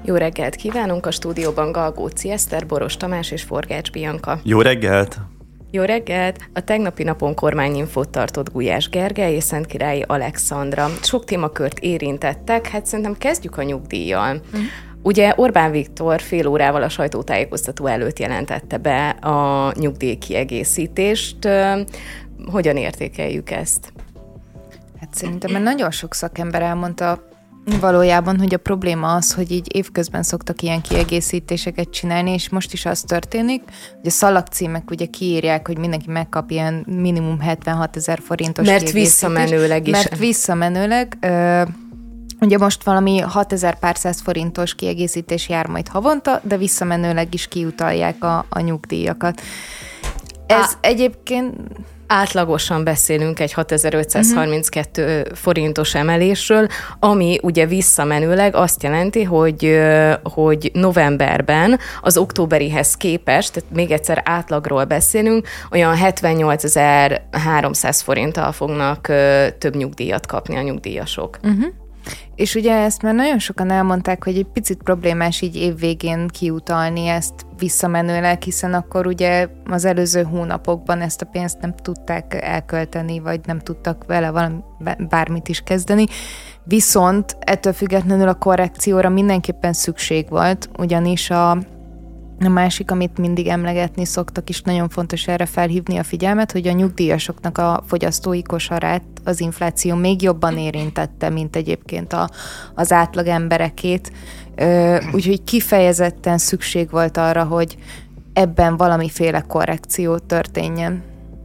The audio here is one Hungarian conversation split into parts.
Jó reggelt kívánunk, a stúdióban Galgóci Eszter, Boros Tamás és Forgács Bianca. Jó reggelt! Jó reggelt! A tegnapi napon kormányinfót tartott Gulyás Gergely és Szentkirályi Alexandra. Sok témakört érintettek, hát szerintem kezdjük a nyugdíjjal. Ugye Orbán Viktor fél órával a sajtótájékoztató előtt jelentette be a nyugdíjkiegészítést. Hogyan értékeljük ezt? Hát szerintem nagyon sok szakember elmondta valójában, hogy a probléma az, hogy így évközben szoktak ilyen kiegészítéseket csinálni, és most is az történik, hogy a szalagcímek ugye kiírják, hogy mindenki megkap ilyen minimum 76 000 forintos Mert visszamenőleg is. Mert visszamenőleg, ugye most valami 6000 pár száz forintos kiegészítés jár majd havonta, de visszamenőleg is kiutalják a nyugdíjakat. Ez egyébként... Átlagosan beszélünk egy 6532 forintos emelésről, ami ugye visszamenőleg azt jelenti, hogy novemberben az októberihez képest, tehát még egyszer átlagról beszélünk, olyan 78 300 forinttal fognak több nyugdíjat kapni a nyugdíjasok. És ugye ezt már nagyon sokan elmondták, hogy egy picit problémás így évvégén kiutalni ezt visszamenőleg, hiszen akkor ugye az előző hónapokban ezt a pénzt nem tudták elkölteni, vagy nem tudtak vele bármit is kezdeni. Viszont ettől függetlenül a korrekcióra mindenképpen szükség volt, ugyanis a másik, amit mindig emlegetni szoktak, és nagyon fontos erre felhívni a figyelmet, hogy a nyugdíjasoknak a fogyasztói kosarát az infláció még jobban érintette, mint egyébként az átlag emberekét. Úgyhogy kifejezetten szükség volt arra, hogy ebben valamiféle korrekció történjen.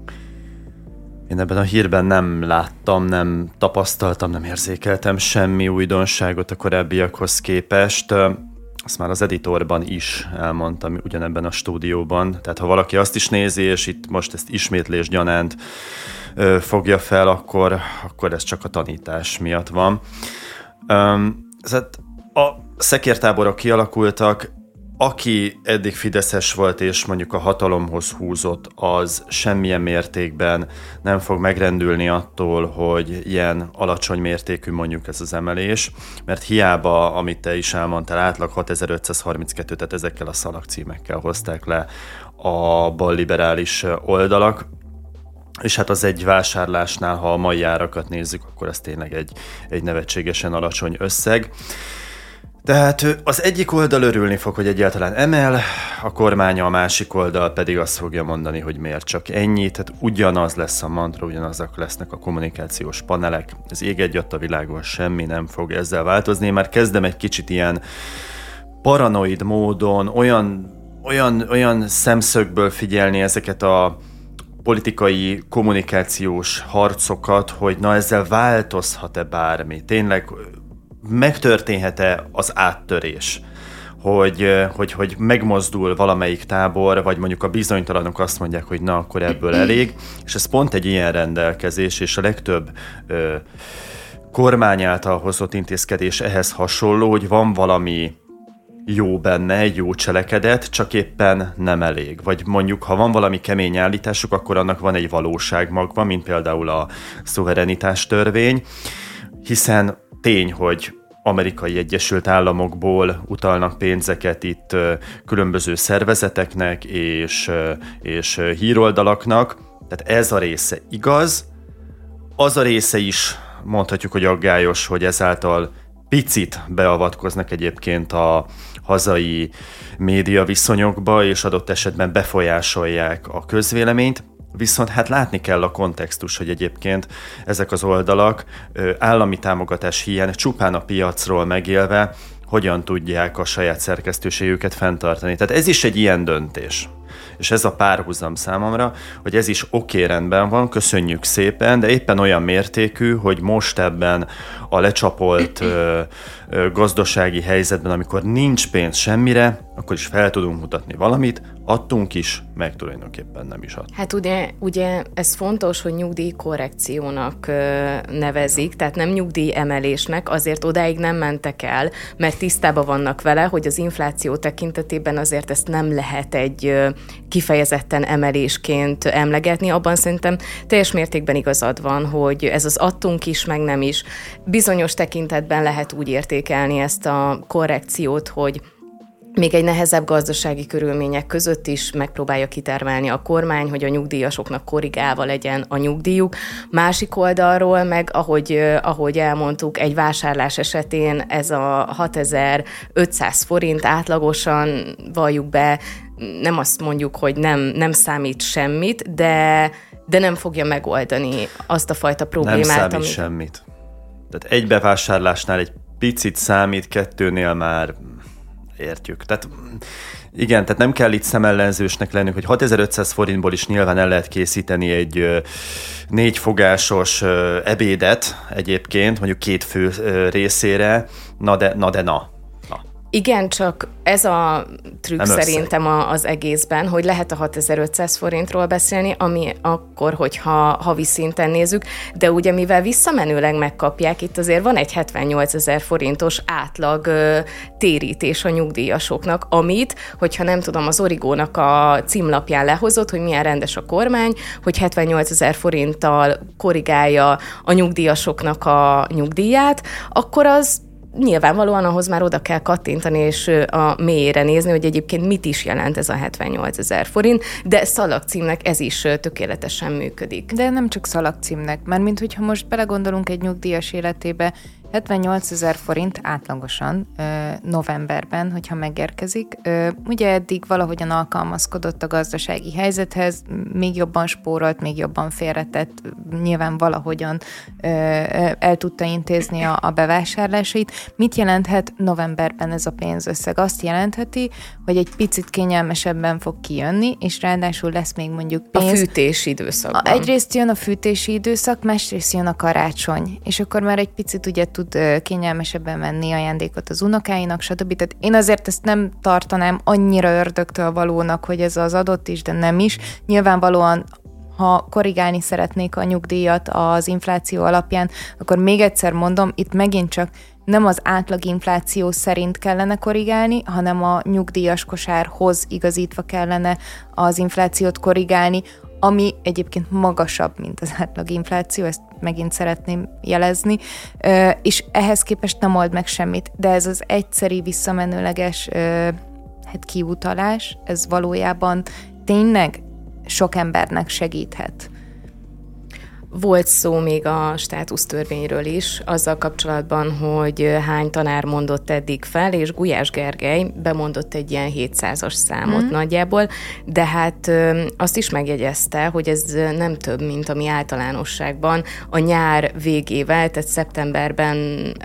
Én ebben a hírben nem láttam, nem tapasztaltam, nem érzékeltem semmi újdonságot a korábbiakhoz képest. Azt már az editorban is elmondtam ugyanebben a stúdióban. Tehát ha valaki azt is nézi, és itt most ezt ismétlés gyanánt fogja fel, akkor ez csak a tanítás miatt van. A szekértáborok kialakultak, aki eddig fideszes volt és mondjuk a hatalomhoz húzott, az semmilyen mértékben nem fog megrendülni attól, hogy ilyen alacsony mértékű mondjuk ez az emelés, mert hiába, amit te is elmondtál, átlag 6532, tehát ezekkel a szalagcímekkel hozták le a balliberális oldalak, és hát az egy vásárlásnál, ha a mai árakat nézzük, akkor ez tényleg egy nevetségesen alacsony összeg. Tehát az egyik oldal örülni fog, hogy egyáltalán emel, a kormánya, a másik oldal pedig azt fogja mondani, hogy miért csak ennyi, tehát ugyanaz lesz a mantra, ugyanazok lesznek a kommunikációs panelek, az ég egyatt a világon semmi nem fog ezzel változni. Én már kezdem egy kicsit ilyen paranoid módon, olyan szemszögből figyelni ezeket a politikai kommunikációs harcokat, hogy na ezzel változhat-e bármi, tényleg megtörténhet-e az áttörés, hogy megmozdul valamelyik tábor, vagy mondjuk a bizonytalanok azt mondják, hogy na, akkor ebből elég, és ez pont egy ilyen rendelkezés, és a legtöbb kormány által hozott intézkedés ehhez hasonló, hogy van valami jó benne, egy jó cselekedet, csak éppen nem elég. Vagy mondjuk, ha van valami kemény állításuk, akkor annak van egy valóság magva, mint például a szuverenitás törvény, hiszen tény, hogy Amerikai Egyesült Államokból utalnak pénzeket itt különböző szervezeteknek és híroldalaknak, tehát ez a része igaz. Az a része is mondhatjuk, hogy aggályos, hogy ezáltal picit beavatkoznak egyébként a hazai média viszonyokba, és adott esetben befolyásolják a közvéleményt. Viszont hát látni kell a kontextus, hogy egyébként ezek az oldalak állami támogatás hiány csupán a piacról megélve hogyan tudják a saját szerkesztőségüket fenntartani. Tehát ez is egy ilyen döntés. És ez a párhuzam számomra, hogy ez is oké, rendben van, köszönjük szépen, de éppen olyan mértékű, hogy most ebben a lecsapolt gazdasági helyzetben, amikor nincs pénz semmire, akkor is fel tudunk mutatni valamit, adtunk is, meg tulajdonképpen nem is adtunk. Hát ugye ez fontos, hogy nyugdíjkorrekciónak nevezik, tehát nem nyugdíjemelésnek, azért odáig nem mentek el, mert tisztában vannak vele, hogy az infláció tekintetében azért ezt nem lehet egy kifejezetten emelésként emlegetni. Abban szerintem teljes mértékben igazad van, hogy ez az adtunk is, meg nem is. Bizonyos tekintetben lehet úgy értékelni ezt a korrekciót, hogy még egy nehezebb gazdasági körülmények között is megpróbálja kitermelni a kormány, hogy a nyugdíjasoknak korrigálva legyen a nyugdíjuk. Másik oldalról meg, ahogy elmondtuk, egy vásárlás esetén ez a 6500 forint átlagosan, valljuk be, nem azt mondjuk, hogy nem számít semmit, de nem fogja megoldani azt a fajta problémát. Nem számít semmit. Tehát egy bevásárlásnál egy picit számít, kettőnél már értjük. Tehát igen, tehát nem kell itt szemellenzősnek lennünk, hogy 6500 forintból is nyilván el lehet készíteni egy 4 fogásos ebédet egyébként, mondjuk 2 fő részére, na de. Igen, csak ez a trükk szerintem az egészben, hogy lehet a 6500 forintról beszélni, ami akkor, hogyha havi szinten nézzük, de ugye mivel visszamenőleg megkapják, itt azért van egy 78 000 forintos átlag térítés a nyugdíjasoknak, amit, hogyha nem tudom, az Origónak a címlapján lehozott, hogy milyen rendes a kormány, hogy 78 000 forinttal korrigálja a nyugdíjasoknak a nyugdíját, akkor az nyilvánvalóan ahhoz már oda kell kattintani, és a mélyére nézni, hogy egyébként mit is jelent ez a 78 000 forint, de szalagcímnek ez is tökéletesen működik. De nem csak szalagcímnek, mármint hogyha most belegondolunk egy nyugdíjas életébe, 78 000 forint átlagosan novemberben, hogyha megérkezik. Ugye eddig valahogyan alkalmazkodott a gazdasági helyzethez, még jobban spórolt, még jobban félretett, nyilván valahogyan el tudta intézni a bevásárlásait. Mit jelenthet novemberben ez a pénzösszeg? Azt jelentheti, hogy egy picit kényelmesebben fog kijönni, és ráadásul lesz még mondjuk pénz. A fűtési időszakban. Egyrészt jön a fűtési időszak, másrészt jön a karácsony, és akkor már egy picit ugye tud kényelmesebben venni ajándékot az unokáinak, stb. Tehát én azért ezt nem tartanám annyira ördögtől valónak, hogy ez az adott is, de nem is. Nyilvánvalóan, ha korrigálni szeretnék a nyugdíjat az infláció alapján, akkor még egyszer mondom, itt megint csak nem az átlag infláció szerint kellene korrigálni, hanem a nyugdíjas kosárhoz igazítva kellene az inflációt korrigálni, ami egyébként magasabb, mint az átlag infláció, ezt megint szeretném jelezni, és ehhez képest nem old meg semmit, de ez az egyszeri visszamenőleges kiutalás, ez valójában tényleg sok embernek segíthet. Volt szó még a státusztörvényről is, azzal kapcsolatban, hogy hány tanár mondott eddig fel, és Gulyás Gergely bemondott egy ilyen 700-as számot nagyjából, de hát azt is megjegyezte, hogy ez nem több, mint ami általánosságban a nyár végével, tehát szeptemberben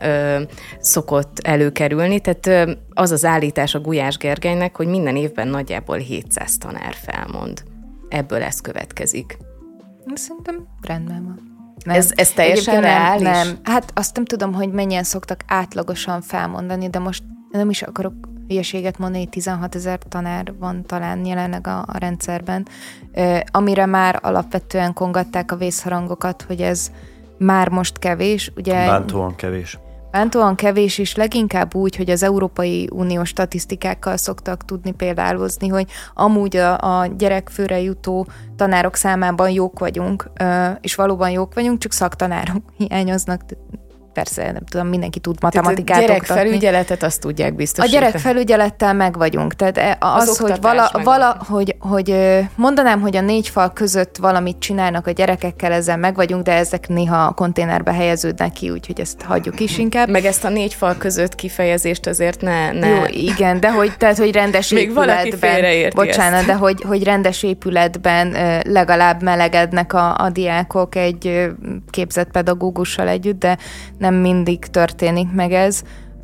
szokott előkerülni, tehát az az állítás a Gulyás Gergelynek, hogy minden évben nagyjából 700 tanár felmond. Ebből ez következik. Szerintem rendben van. Ez teljesen reális? Nem. Hát azt nem tudom, hogy mennyien szoktak átlagosan felmondani, de most nem is akarok hülyeséget mondani, 16 000 tanár van talán jelenleg a rendszerben, amire már alapvetően kongatták a vészharangokat, hogy ez már most kevés. Ugye, bántóan kevés. Bántóan kevés, és leginkább úgy, hogy az Európai Unió statisztikákkal szoktak tudni példálozni, hogy amúgy a gyerekfőre jutó tanárok számában jók vagyunk, és valóban jók vagyunk, csak szaktanárok hiányoznak. Persze, nem tudom, mindenki tud matematikát oktatni. A gyerekfelügyeletet azt tudják biztosítani. A gyerekfelügyelettel meg vagyunk. Tehát az hogy mondanám, hogy a 4 fal között valamit csinálnak a gyerekekkel, ezzel meg vagyunk, de ezek néha a konténerbe helyeződnek ki, úgyhogy ezt hagyjuk is inkább. Meg ezt a 4 fal között kifejezést azért ne. Jó, igen, de hogy rendes még épületben, bocsánat, de hogy rendes épületben legalább melegednek a diákok egy képzett pedagógussal együtt, de nem mindig történik meg ez.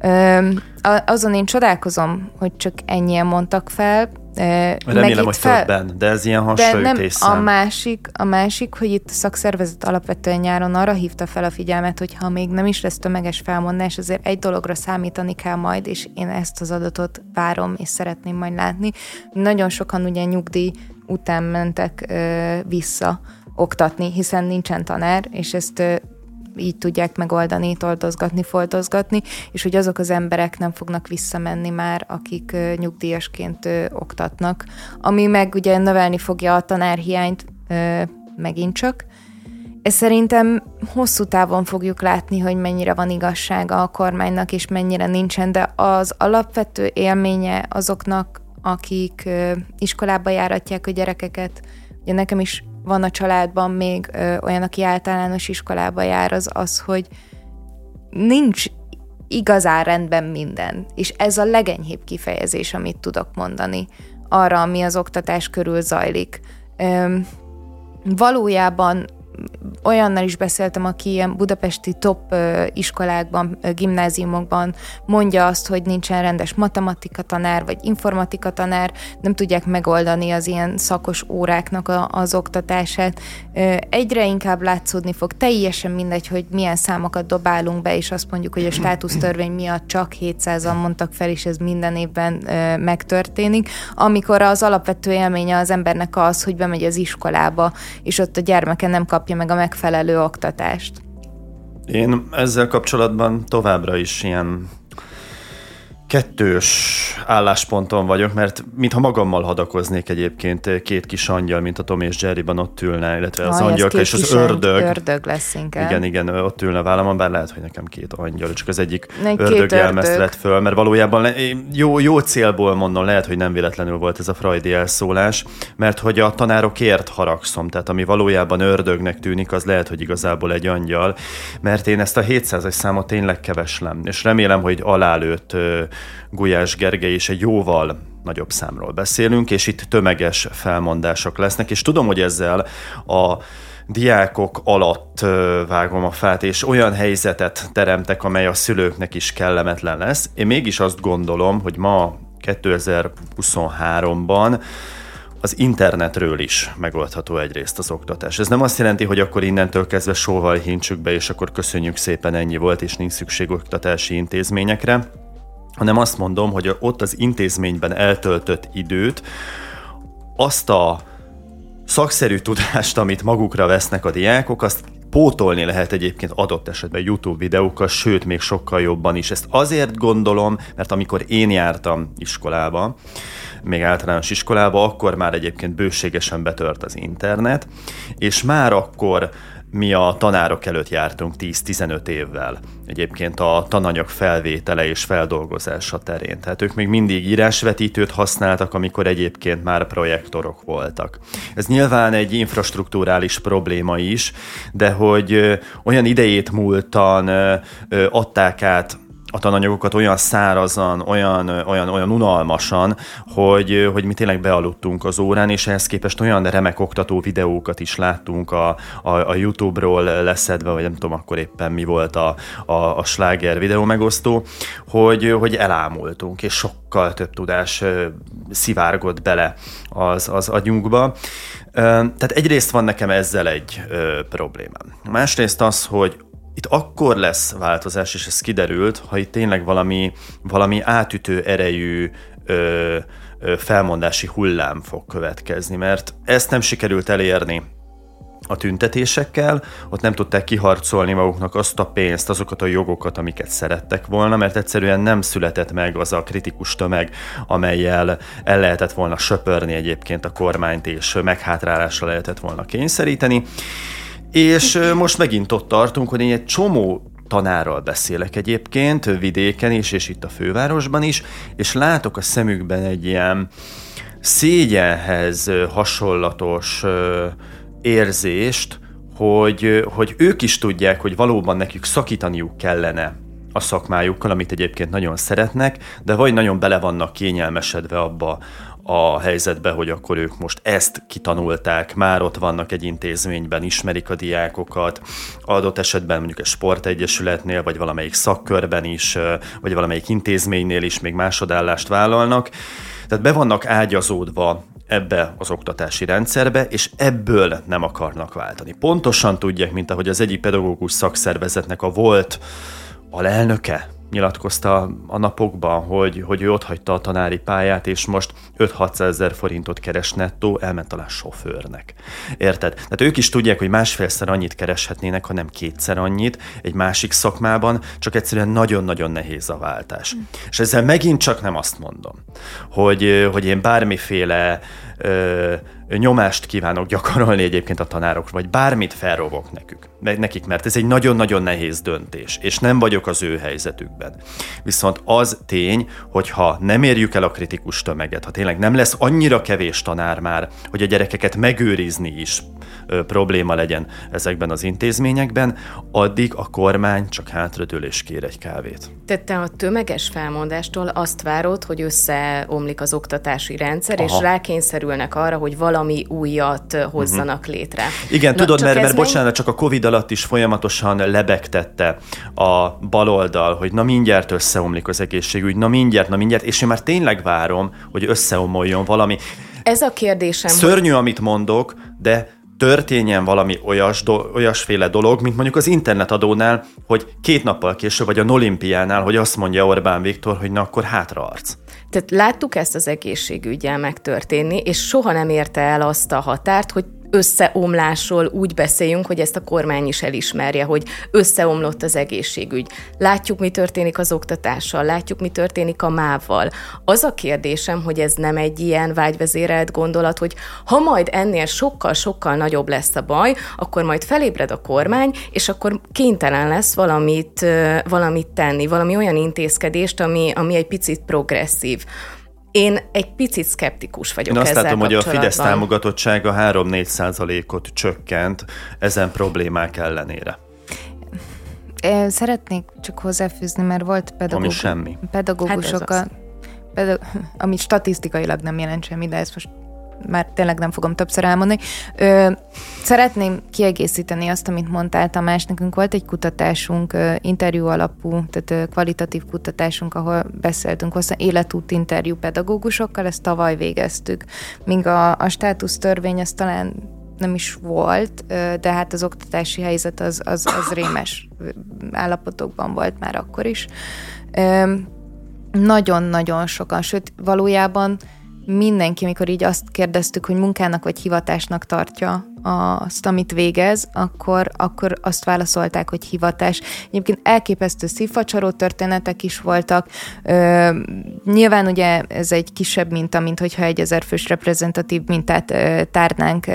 Azon én csodálkozom, hogy csak ennyien mondtak fel. Remélem, hogy többen, de ez ilyen hasonlítésszám. A másik, hogy itt a szakszervezet alapvetően nyáron arra hívta fel a figyelmet, hogy ha még nem is lesz tömeges felmondás, azért egy dologra számítani kell majd, és én ezt az adatot várom, és szeretném majd látni. Nagyon sokan ugye nyugdíj után mentek vissza oktatni, hiszen nincsen tanár, és ezt így tudják megoldani, toldozgatni, foltozgatni, és hogy azok az emberek nem fognak visszamenni már, akik nyugdíjasként oktatnak, ami meg ugye növelni fogja a tanárhiányt megint csak. Ez szerintem hosszú távon fogjuk látni, hogy mennyire van igazsága a kormánynak, és mennyire nincsen, de az alapvető élménye azoknak, akik iskolába járatják a gyerekeket. Ugye nekem is van a családban még olyan, aki általános iskolába jár, az, hogy nincs igazán rendben minden. És ez a legenyhébb kifejezés, amit tudok mondani arra, ami az oktatás körül zajlik. Valójában olyannal is beszéltem, aki ilyen budapesti top iskolákban, gimnáziumokban mondja azt, hogy nincsen rendes matematika tanár, vagy informatika tanár, nem tudják megoldani az ilyen szakos óráknak az oktatását. Egyre inkább látszódni fog, teljesen mindegy, hogy milyen számokat dobálunk be, és azt mondjuk, hogy a státusztörvény miatt csak 700-an mondtak fel, és ez minden évben megtörténik, amikor az alapvető élménye az embernek az, hogy bemegy az iskolába, és ott a gyermeke nem kapja meg a megfelelő oktatást. Én ezzel kapcsolatban továbbra is ilyen kettős állásponton vagyok, mert mintha magammal hadakoznék egyébként két kis angyal, mint a Tom és Jerryban ott ülne, illetve az angyalka és az ördög. Ördög lesz inkább. Igen, ott ülne vállamon, bár lehet, hogy nekem két angyal, csak az egyik ördög elmeszt lett föl, mert valójában jó célból mondom, lehet, hogy nem véletlenül volt ez a freudi elszólás, mert hogy a tanárokért haragszom, tehát ami valójában ördögnek tűnik, az lehet, hogy igazából egy angyal, mert én ezt a 700-as számot tényleg keveslem, és remélem, hogy alálőtt Gulyás Gergely is egy jóval nagyobb számról beszélünk, és itt tömeges felmondások lesznek, és tudom, hogy ezzel a diákok alatt vágom a fát, és olyan helyzetet teremtek, amely a szülőknek is kellemetlen lesz. Én mégis azt gondolom, hogy ma 2023-ban az internetről is megoldható egyrészt az oktatás. Ez nem azt jelenti, hogy akkor innentől kezdve sóval hintsük be, és akkor köszönjük szépen, ennyi volt, és nincs szükség oktatási intézményekre, hanem azt mondom, hogy ott az intézményben eltöltött időt, azt a szakszerű tudást, amit magukra vesznek a diákok, azt pótolni lehet egyébként adott esetben YouTube videókkal, sőt, még sokkal jobban is. Ezt azért gondolom, mert amikor én jártam iskolába, még általános iskolába, akkor már egyébként bőségesen betört az internet, és már akkor mi a tanárok előtt jártunk 10-15 évvel egyébként a tananyag felvétele és feldolgozása terén. Tehát ők még mindig írásvetítőt használtak, amikor egyébként már projektorok voltak. Ez nyilván egy infrastrukturális probléma is, de hogy olyan idejét múltan adták át a tananyagokat olyan szárazan, olyan unalmasan, hogy mi tényleg bealudtunk az órán, és ehhez képest olyan remek oktató videókat is láttunk a YouTube-ról leszedve, vagy nem tudom akkor éppen mi volt a sláger videó megosztó, hogy elámultunk, és sokkal több tudás szivárgott bele az agyunkba. Tehát egyrészt van nekem ezzel egy problémám. Másrészt az, hogy itt akkor lesz változás, és ez kiderült, ha itt tényleg valami átütő erejű felmondási hullám fog következni, mert ezt nem sikerült elérni a tüntetésekkel, ott nem tudták kiharcolni maguknak azt a pénzt, azokat a jogokat, amiket szerettek volna, mert egyszerűen nem született meg az a kritikus tömeg, amellyel el lehetett volna söpörni egyébként a kormányt, és meghátrálásra lehetett volna kényszeríteni. És most megint ott tartunk, hogy én egy csomó tanárral beszélek egyébként, vidéken is, és itt a fővárosban is, és látok a szemükben egy ilyen szégyenhez hasonlatos érzést, hogy ők is tudják, hogy valóban nekik szakítaniuk kellene a szakmájukkal, amit egyébként nagyon szeretnek, de vagy nagyon bele vannak kényelmesedve abba a helyzetbe, hogy akkor ők most ezt kitanulták, már ott vannak egy intézményben, ismerik a diákokat, adott esetben mondjuk egy sportegyesületnél, vagy valamelyik szakkörben is, vagy valamelyik intézménynél is még másodállást vállalnak. Tehát be vannak ágyazódva ebbe az oktatási rendszerbe, és ebből nem akarnak váltani. Pontosan tudják, mint ahogy az egyik pedagógus szakszervezetnek a volt alelnöke, nyilatkozta a napokban, hogy ő otthagyta a tanári pályát, és most 5-600 ezer forintot keres nettó, elment talán sofőrnek. Érted? Tehát ők is tudják, hogy másfélszer annyit kereshetnének, hanem kétszer annyit egy másik szakmában, csak egyszerűen nagyon-nagyon nehéz a váltás. És ezzel megint csak nem azt mondom, hogy én bármiféle nyomást kívánok gyakorolni egyébként a tanárokra, vagy bármit felrovok nekik, mert ez egy nagyon-nagyon nehéz döntés, és nem vagyok az ő helyzetükben. Viszont az tény, hogy ha nem érjük el a kritikus tömeget, ha tényleg nem lesz annyira kevés tanár már, hogy a gyerekeket megőrizni is probléma legyen ezekben az intézményekben, addig a kormány csak hátradől és kér egy kávét. Tehát te a tömeges felmondástól azt várod, hogy összeomlik az oktatási rendszer, és rákényszerülnek arra, hogy valami újat hozzanak létre. Igen, tudod, mert bocsánat, csak a Covid alatt is folyamatosan lebegtette a baloldal, hogy na mindjárt összeomlik az egészségügy, na mindjárt, és én már tényleg várom, hogy összeomoljon valami. Ez a kérdésem. Szörnyű, amit mondok, de történjen valami olyasféle dolog, mint mondjuk az internetadónál, hogy 2 nappal később, vagy a Nolimpiánál, hogy azt mondja Orbán Viktor, hogy na akkor hátraarc. Tehát láttuk ezt az egészségüggyel megtörténni, és soha nem érte el azt a határt, hogy összeomlásról úgy beszéljünk, hogy ezt a kormány is elismerje, hogy összeomlott az egészségügy. Látjuk, mi történik az oktatással, látjuk, mi történik a MÁV-val. Az a kérdésem, hogy ez nem egy ilyen vágyvezérelt gondolat, hogy ha majd ennél sokkal-sokkal nagyobb lesz a baj, akkor majd felébred a kormány, és akkor kénytelen lesz valamit tenni, valami olyan intézkedést, ami egy picit progresszív. Én egy picit szkeptikus vagyok ezzel kapcsolatban. Én azt látom, hogy a Fidesz támogatottsága 3-4% csökkent ezen problémák ellenére. Szeretnék csak hozzáfűzni, mert volt pedagógusokkal, ami statisztikailag nem jelent semmi, de ezt most már tényleg nem fogom többször elmondani. Szeretném kiegészíteni azt, amit mondtál, Tamás. Nekünk volt egy kutatásunk, interjú alapú, tehát kvalitatív kutatásunk, ahol beszéltünk hozzá életút interjú pedagógusokkal, ezt tavaly végeztük. Míg a státusztörvény az talán nem is volt, de hát az oktatási helyzet az rémes állapotokban volt már akkor is. Nagyon-nagyon sokan, sőt valójában mindenki, amikor így azt kérdeztük, hogy munkának vagy hivatásnak tartja azt, amit végez, akkor azt válaszolták, hogy hivatás. Egyébként elképesztő szívfacsaró történetek is voltak. Nyilván ugye ez egy kisebb minta, mint hogyha egy 1000 fős reprezentatív mintát tárnánk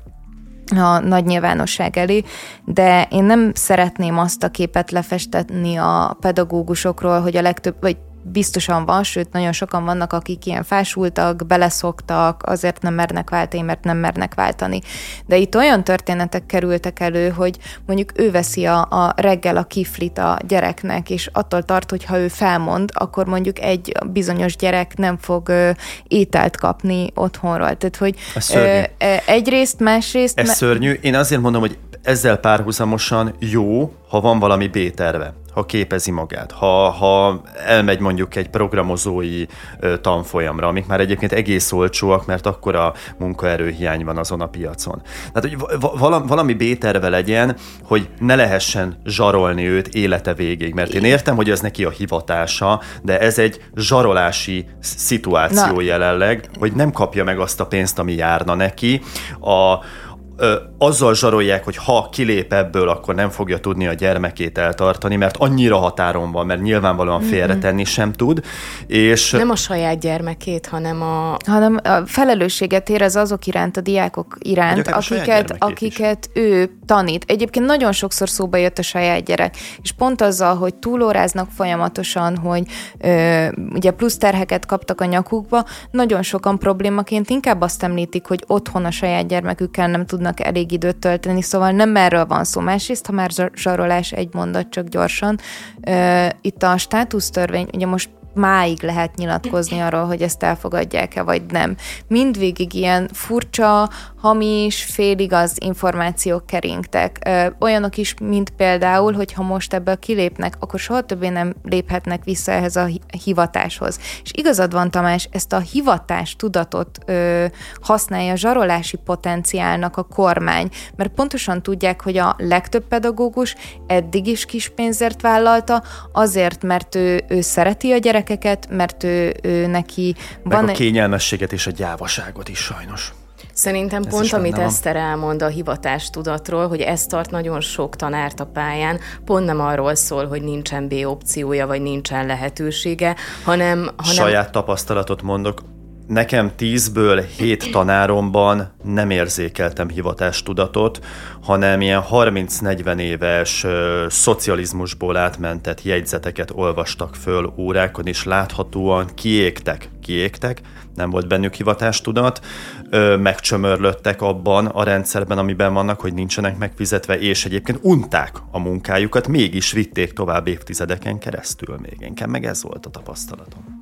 a nagy nyilvánosság elé, de én nem szeretném azt a képet lefestetni a pedagógusokról, hogy a legtöbb, vagy biztosan van, sőt, nagyon sokan vannak, akik ilyen fásultak, beleszoktak, azért nem mernek váltani, mert nem mernek váltani. De itt olyan történetek kerültek elő, hogy mondjuk ő veszi a reggel a kiflit a gyereknek, és attól tart, hogy ha ő felmond, akkor mondjuk egy bizonyos gyerek nem fog ételt kapni otthonról. Tehát, hogy egyrészt, másrészt... Ez szörnyű. Én azért mondom, hogy ezzel párhuzamosan jó, ha van valami B-terve, ha képezi magát, ha elmegy mondjuk egy programozói tanfolyamra, amik már egyébként egész olcsóak, mert akkora munkaerőhiány van azon a piacon. Tehát, hogy valami B-terve legyen, hogy ne lehessen zsarolni őt élete végig, mert én értem, hogy ez neki a hivatása, de ez egy zsarolási szituáció jelenleg, hogy nem kapja meg azt a pénzt, ami járna neki. Azzal zsarolják, hogy ha kilép ebből, akkor nem fogja tudni a gyermekét eltartani, mert annyira határon van, mert nyilvánvalóan félretenni sem tud. És nem a saját gyermekét, hanem a felelősséget érez azok iránt, a diákok iránt, akiket ő tanít. Egyébként nagyon sokszor szóba jött a saját gyerek, és pont azzal, hogy túlóráznak folyamatosan, hogy ugye plusz terheket kaptak a nyakukba, nagyon sokan problémaként inkább azt említik, hogy otthon a saját gyermekükkel nem tudnak elég időt tölteni, szóval nem erről van szó. Másrészt, ha már zsarolás, egy mondat csak gyorsan. Itt a státusztörvény, ugye most máig lehet nyilatkozni arról, hogy ezt elfogadják-e, vagy nem. Mindvégig ilyen furcsa, hamis, féligaz információk keringtek. Olyanok is, mint például, hogy ha most ebből kilépnek, akkor soha többé nem léphetnek vissza ehhez a hivatáshoz. És igazad van, Tamás, ezt a hivatás tudatot használja zsarolási potenciálnak a kormány, mert pontosan tudják, hogy a legtöbb pedagógus eddig is kis pénzért vállalta, azért, mert ő szereti a gyerekeket, mert ő neki van... Meg a kényelmességet és a gyávaságot is sajnos. Szerintem pont, amit Eszter elmond a hivatástudatról, hogy ez tart nagyon sok tanárt a pályán, pont nem arról szól, hogy nincsen B opciója, vagy nincsen lehetősége, hanem... Saját tapasztalatot mondok, nekem 10-ből 7 tanáromban nem érzékeltem hivatástudatot, hanem ilyen 30-40 éves szocializmusból átmentett jegyzeteket olvastak föl órákon, és láthatóan kiégtek, nem volt bennük hivatástudat, megcsömörlöttek abban a rendszerben, amiben vannak, hogy nincsenek megfizetve, és egyébként unták a munkájukat, mégis vitték tovább évtizedeken keresztül még. Nekem meg ez volt a tapasztalatom.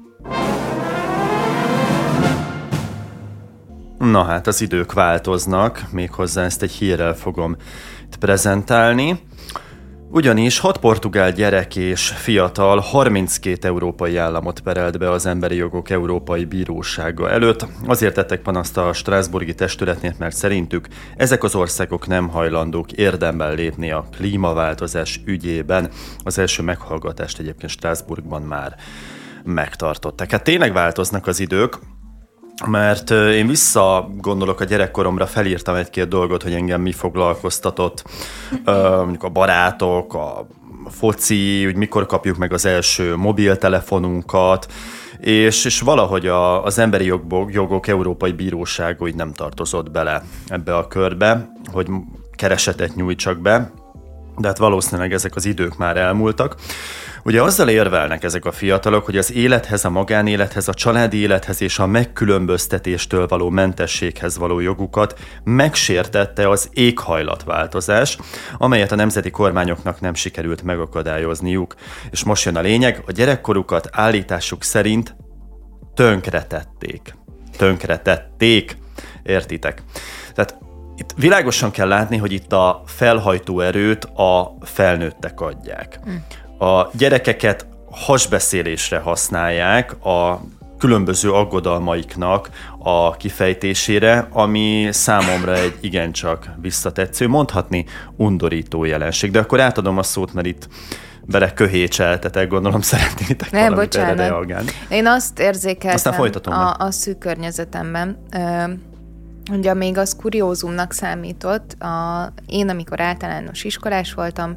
Na hát, az idők változnak, méghozzá ezt egy hírrel fogom itt prezentálni. Ugyanis 6 portugál gyerek és fiatal 32 európai államot perelt be az Emberi Jogok Európai Bírósága előtt. Azért tettek panaszt a strasbourgi testületnél, mert szerintük ezek az országok nem hajlandók érdemben lépni a klímaváltozás ügyében. Az első meghallgatást egyébként Strasbourgban már megtartották. Hát tényleg változnak az idők, mert én visszagondolok a gyerekkoromra, felírtam egy-két dolgot, hogy engem mi foglalkoztatott, mondjuk a barátok, a foci, hogy mikor kapjuk meg az első mobiltelefonunkat, és valahogy az Emberi Jogok Európai Bírósága úgy nem tartozott bele ebbe a körbe, hogy keresetet nyújtsak be, de hát valószínűleg ezek az idők már elmúltak. Ugye azzal érvelnek ezek a fiatalok, hogy az élethez, a magánélethez, a családi élethez és a megkülönböztetéstől való mentességhez való jogukat megsértette az éghajlatváltozás, amelyet a nemzeti kormányoknak nem sikerült megakadályozniuk. És most jön a lényeg, a gyerekkorukat állításuk szerint tönkretették. Értitek? Tehát itt világosan kell látni, hogy itt a felhajtó erőt a felnőttek adják. A gyerekeket hasbeszélésre használják a különböző aggodalmaiknak a kifejtésére, ami számomra egy igencsak visszatetsző, mondhatni undorító jelenség. De akkor átadom a szót, mert itt beleköhécseltetek, gondolom szeretnétek valamit erre reagálni. Én azt érzékeltem a szűk környezetemben, ugye még az kuriózumnak számított, én amikor általános iskolás voltam,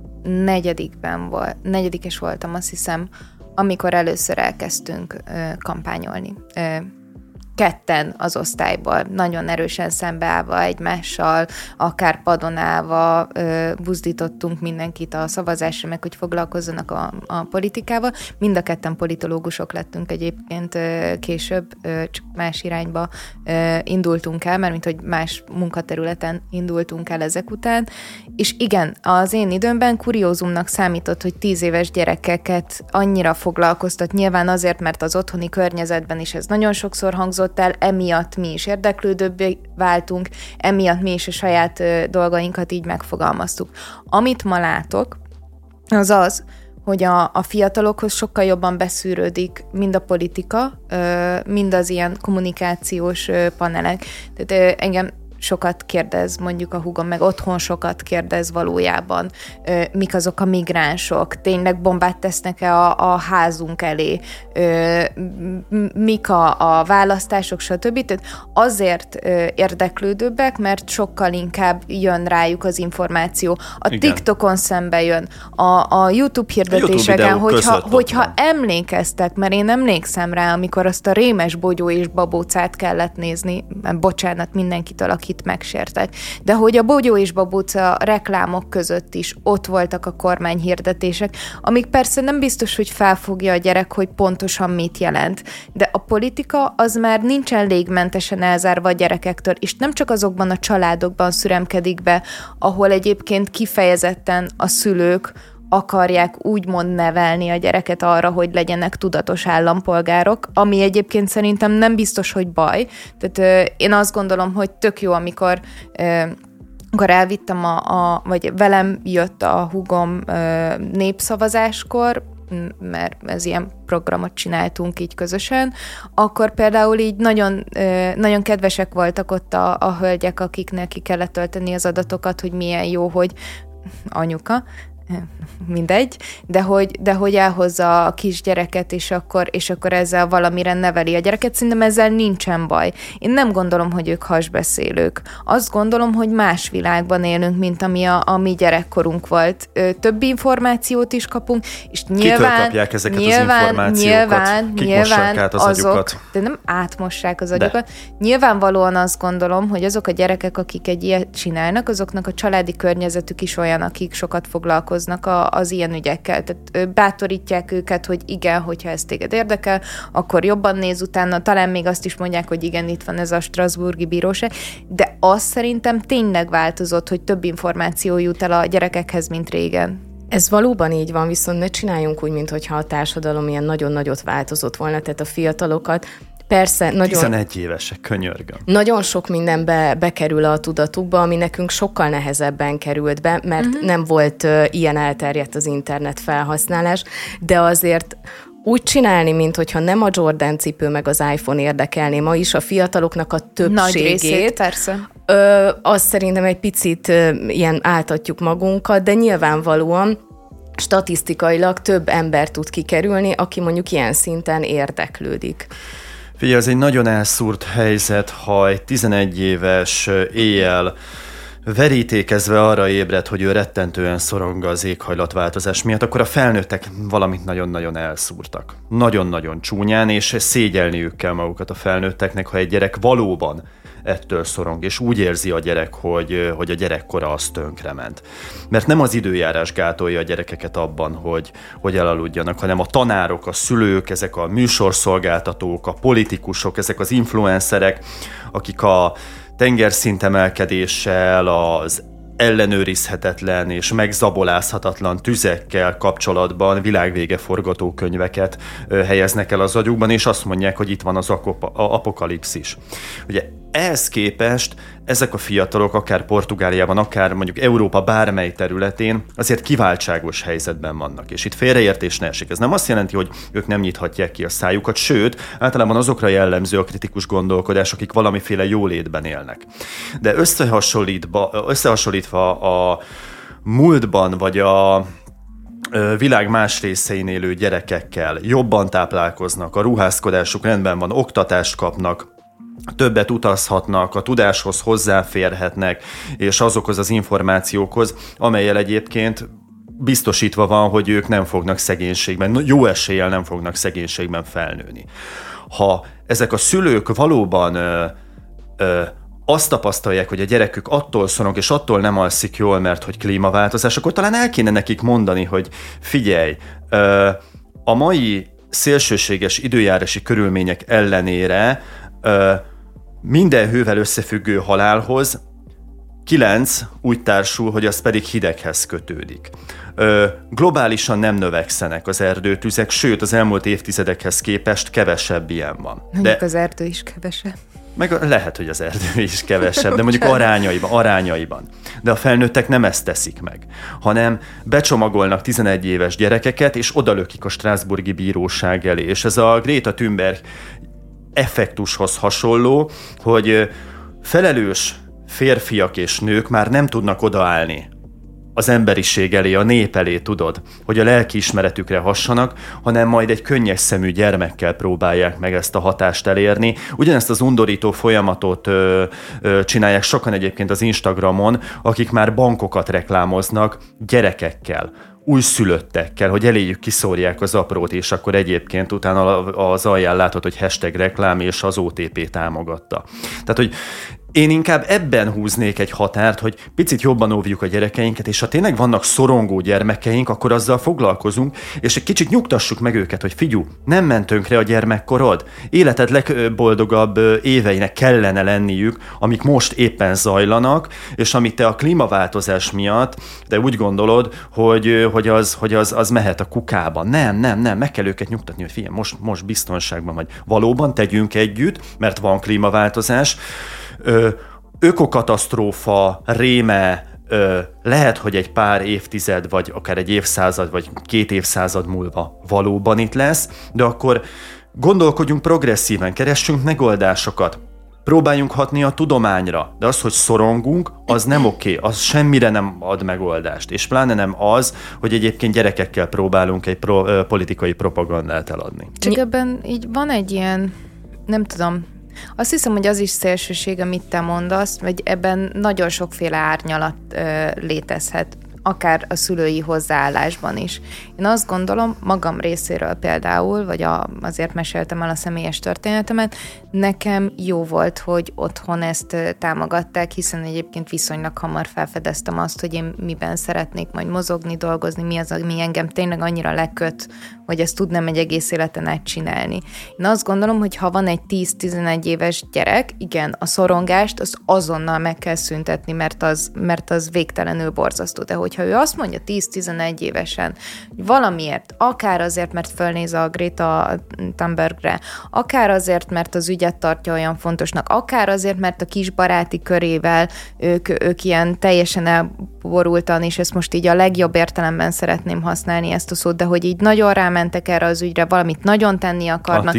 negyedikes voltam, azt hiszem, amikor először elkezdtünk kampányolni. Ketten az osztályból, nagyon erősen szembeállva egymással, akár padon állva buzdítottunk mindenkit a szavazásra, meg hogy foglalkozzanak a politikával. Mind a ketten politológusok lettünk egyébként később, csak más irányba indultunk el, mert mint hogy más munkaterületen indultunk el ezek után. És igen, az én időmben kuriózumnak számított, hogy 10 éves gyerekeket annyira foglalkoztat, nyilván azért, mert az otthoni környezetben is ez nagyon sokszor hangzott el, emiatt mi is érdeklődőbbé váltunk, emiatt mi is a saját dolgainkat így megfogalmaztuk. Amit ma látok, az, hogy a fiatalokhoz sokkal jobban beszűrődik mind a politika, mind az ilyen kommunikációs panelek. Tehát engem sokat kérdez, mondjuk a húgom, meg otthon sokat kérdez valójában, mik azok a migránsok, tényleg bombát tesznek-e a házunk elé, mik a választások, stb. Tehát azért érdeklődőbbek, mert sokkal inkább jön rájuk az információ. A TikTokon szembe jön, a YouTube hirdetéseken, hogyha emlékeztek, mert én emlékszem rá, amikor azt a rémes bogyó és babócát kellett nézni, bocsánat mindenkitől, akit megsértek, de hogy a bogyó és babóca reklámok között is ott voltak a kormányhirdetések, amik persze nem biztos, hogy felfogja a gyerek, hogy pontosan mit jelent, de a politika az már nincsen légmentesen elzárva a gyerekektől, és nem csak azokban a családokban szüremkedik be, ahol egyébként kifejezetten a szülők akarják úgymond nevelni a gyereket arra, hogy legyenek tudatos állampolgárok, ami egyébként szerintem nem biztos, hogy baj. Tehát én azt gondolom, hogy tök jó, amikor elvittem vagy velem jött a húgom népszavazáskor, mert ez ilyen programot csináltunk így közösen, akkor például így nagyon, nagyon kedvesek voltak ott a hölgyek, akiknek ki kellett tölteni az adatokat, hogy milyen jó, hogy anyuka, mindegy, de hogy elhozza a kisgyereket, és akkor ezzel valamire neveli a gyereket. Szerintem ezzel nincsen baj. Én nem gondolom, hogy ők hasbeszélők. Azt gondolom, hogy más világban élünk, mint ami a mi gyerekkorunk volt. Több információt is kapunk, és nyilván... Kitől kapják ezeket az információkat? Kik mossák át az agyukat? De nem átmossák az agyukat. Nyilvánvalóan azt gondolom, hogy azok a gyerekek, akik egy ilyet csinálnak, azoknak a családi környezetük is olyan, akik sokat foglalkoznak az ilyen ügyekkel. Tehát bátorítják őket, hogy igen, hogyha ez téged érdekel, akkor jobban néz utána, talán még azt is mondják, hogy igen, itt van ez a strasbourgi bíróság, de az szerintem tényleg változott, hogy több információ jut el a gyerekekhez, mint régen. Ez valóban így van, viszont ne csináljunk úgy, mintha a társadalom ilyen nagyon nagyot változott volna, tehát a fiatalokat persze, nagyon... 11 évesek, könyörgöm. Nagyon sok mindenbe bekerül a tudatukba, ami nekünk sokkal nehezebben került be, mert nem volt ilyen elterjedt az internet felhasználás, de azért úgy csinálni, mintha nem a Jordan cipő meg az iPhone érdekelné ma is a fiataloknak a többségét. Nagy részét, persze. Azt szerintem egy picit ilyen áltatjuk magunkat, de nyilvánvalóan statisztikailag több ember tud kikerülni, aki mondjuk ilyen szinten érdeklődik. Figyelj, ez egy nagyon elszúrt helyzet, ha egy 11 éves éjjel verítékezve arra ébred, hogy ő rettentően szorong az éghajlatváltozás miatt, akkor a felnőttek valamit nagyon-nagyon elszúrtak. Nagyon-nagyon csúnyán, és szégyelniük kell magukat a felnőtteknek, ha egy gyerek valóban ettől szorong, és úgy érzi a gyerek, hogy a gyerekkora az tönkrement. Mert nem az időjárás gátolja a gyerekeket abban, hogy elaludjanak, hanem a tanárok, a szülők, ezek a műsorszolgáltatók, a politikusok, ezek az influencerek, akik a tengerszintemelkedéssel, az ellenőrizhetetlen és megzabolázhatatlan tüzekkel kapcsolatban világvége forgatókönyveket helyeznek el az agyukban, és azt mondják, hogy itt van az apokalipszis. Ugye ehhez képest ezek a fiatalok, akár Portugáliában, akár mondjuk Európa bármely területén azért kiváltságos helyzetben vannak. És itt félreértés ne esik. Ez nem azt jelenti, hogy ők nem nyithatják ki a szájukat, sőt, általában azokra jellemző a kritikus gondolkodás, akik valamiféle jólétben élnek. De összehasonlítva a múltban, vagy a világ más részein élő gyerekekkel jobban táplálkoznak, a ruházkodásuk rendben van, oktatást kapnak, többet utazhatnak, a tudáshoz hozzáférhetnek, és azokhoz az információkhoz, amellyel egyébként biztosítva van, hogy ők nem fognak szegénységben, jó eséllyel nem fognak szegénységben felnőni. Ha ezek a szülők valóban azt tapasztalják, hogy a gyerekük attól szorong, és attól nem alszik jól, mert hogy klímaváltozás, akkor talán el kéne nekik mondani, hogy figyelj, a mai szélsőséges időjárási körülmények ellenére minden hővel összefüggő halálhoz 9 úgy társul, hogy az pedig hideghez kötődik. Globálisan nem növekszenek az erdőtüzek, sőt az elmúlt évtizedekhez képest kevesebb ilyen van. Mondjuk az erdő is kevesebb. Meg lehet, hogy az erdő is kevesebb, de mondjuk arányaiban. De a felnőttek nem ezt teszik meg, hanem becsomagolnak 11 éves gyerekeket, és odalökik a strasbourgi bíróság elé. És ez a Greta Thunberg effektushoz hasonló, hogy felelős férfiak és nők már nem tudnak odaállni az emberiség elé, a nép elé, tudod, hogy a lelkiismeretükre hassanak, hanem majd egy könnyes szemű gyermekkel próbálják meg ezt a hatást elérni. Ugyanezt az undorító folyamatot csinálják sokan egyébként az Instagramon, akik már bankokat reklámoznak gyerekekkel, újszülöttekkel, hogy eléjük kiszórják az aprót, és akkor egyébként utána az alján látod, hogy #reklám, és az OTP támogatta. Tehát, hogy Én inkább ebben húznék egy határt, hogy picit jobban óvjuk a gyerekeinket, és ha tényleg vannak szorongó gyermekeink, akkor azzal foglalkozunk, és egy kicsit nyugtassuk meg őket, hogy figyú, nem ment tönkre a gyermekkorod. Életed legboldogabb éveinek kellene lenniük, amik most éppen zajlanak, és amit te a klímaváltozás miatt, de úgy gondolod, hogy az mehet a kukába. Nem, meg kell őket nyugtatni, hogy figyelj, most biztonságban vagy. Valóban tegyünk együtt, mert van klímaváltozás, ökokatasztrófa, réme, lehet, hogy egy pár évtized, vagy akár egy évszázad, vagy 2 évszázad múlva valóban itt lesz, de akkor gondolkodjunk progresszíven, keressünk megoldásokat, próbáljunk hatni a tudományra, de az, hogy szorongunk, az nem oké, az semmire nem ad megoldást, és pláne nem az, hogy egyébként gyerekekkel próbálunk egy politikai propagandát eladni. Csak ebben így van egy ilyen, nem tudom, azt hiszem, hogy az is szélsőség, amit te mondasz, hogy ebben nagyon sokféle árnyalat létezhet, akár a szülői hozzáállásban is. Én azt gondolom, magam részéről például, vagy azért meséltem el a személyes történetemet, nekem jó volt, hogy otthon ezt támogatták, hiszen egyébként viszonylag hamar felfedeztem azt, hogy én miben szeretnék majd mozogni, dolgozni, mi az, ami engem tényleg annyira leköt, hogy ezt tudnám egy egész életen át csinálni. Én azt gondolom, hogy ha van egy 10-11 éves gyerek, igen, a szorongást az azonnal meg kell szüntetni, mert az végtelenül borzasztó. De hogyha ő azt mondja 10-11 évesen, hogy valamiért, akár azért, mert fölnéz a Greta Thunbergre, akár azért, mert az ügyet tartja olyan fontosnak, akár azért, mert a kis baráti körével ők ilyen teljesen elborultan, és ezt most így a legjobb értelemben szeretném használni ezt a szót, de hogy így nagyon rámentek erre az ügyre, valamit nagyon tenni akarnak,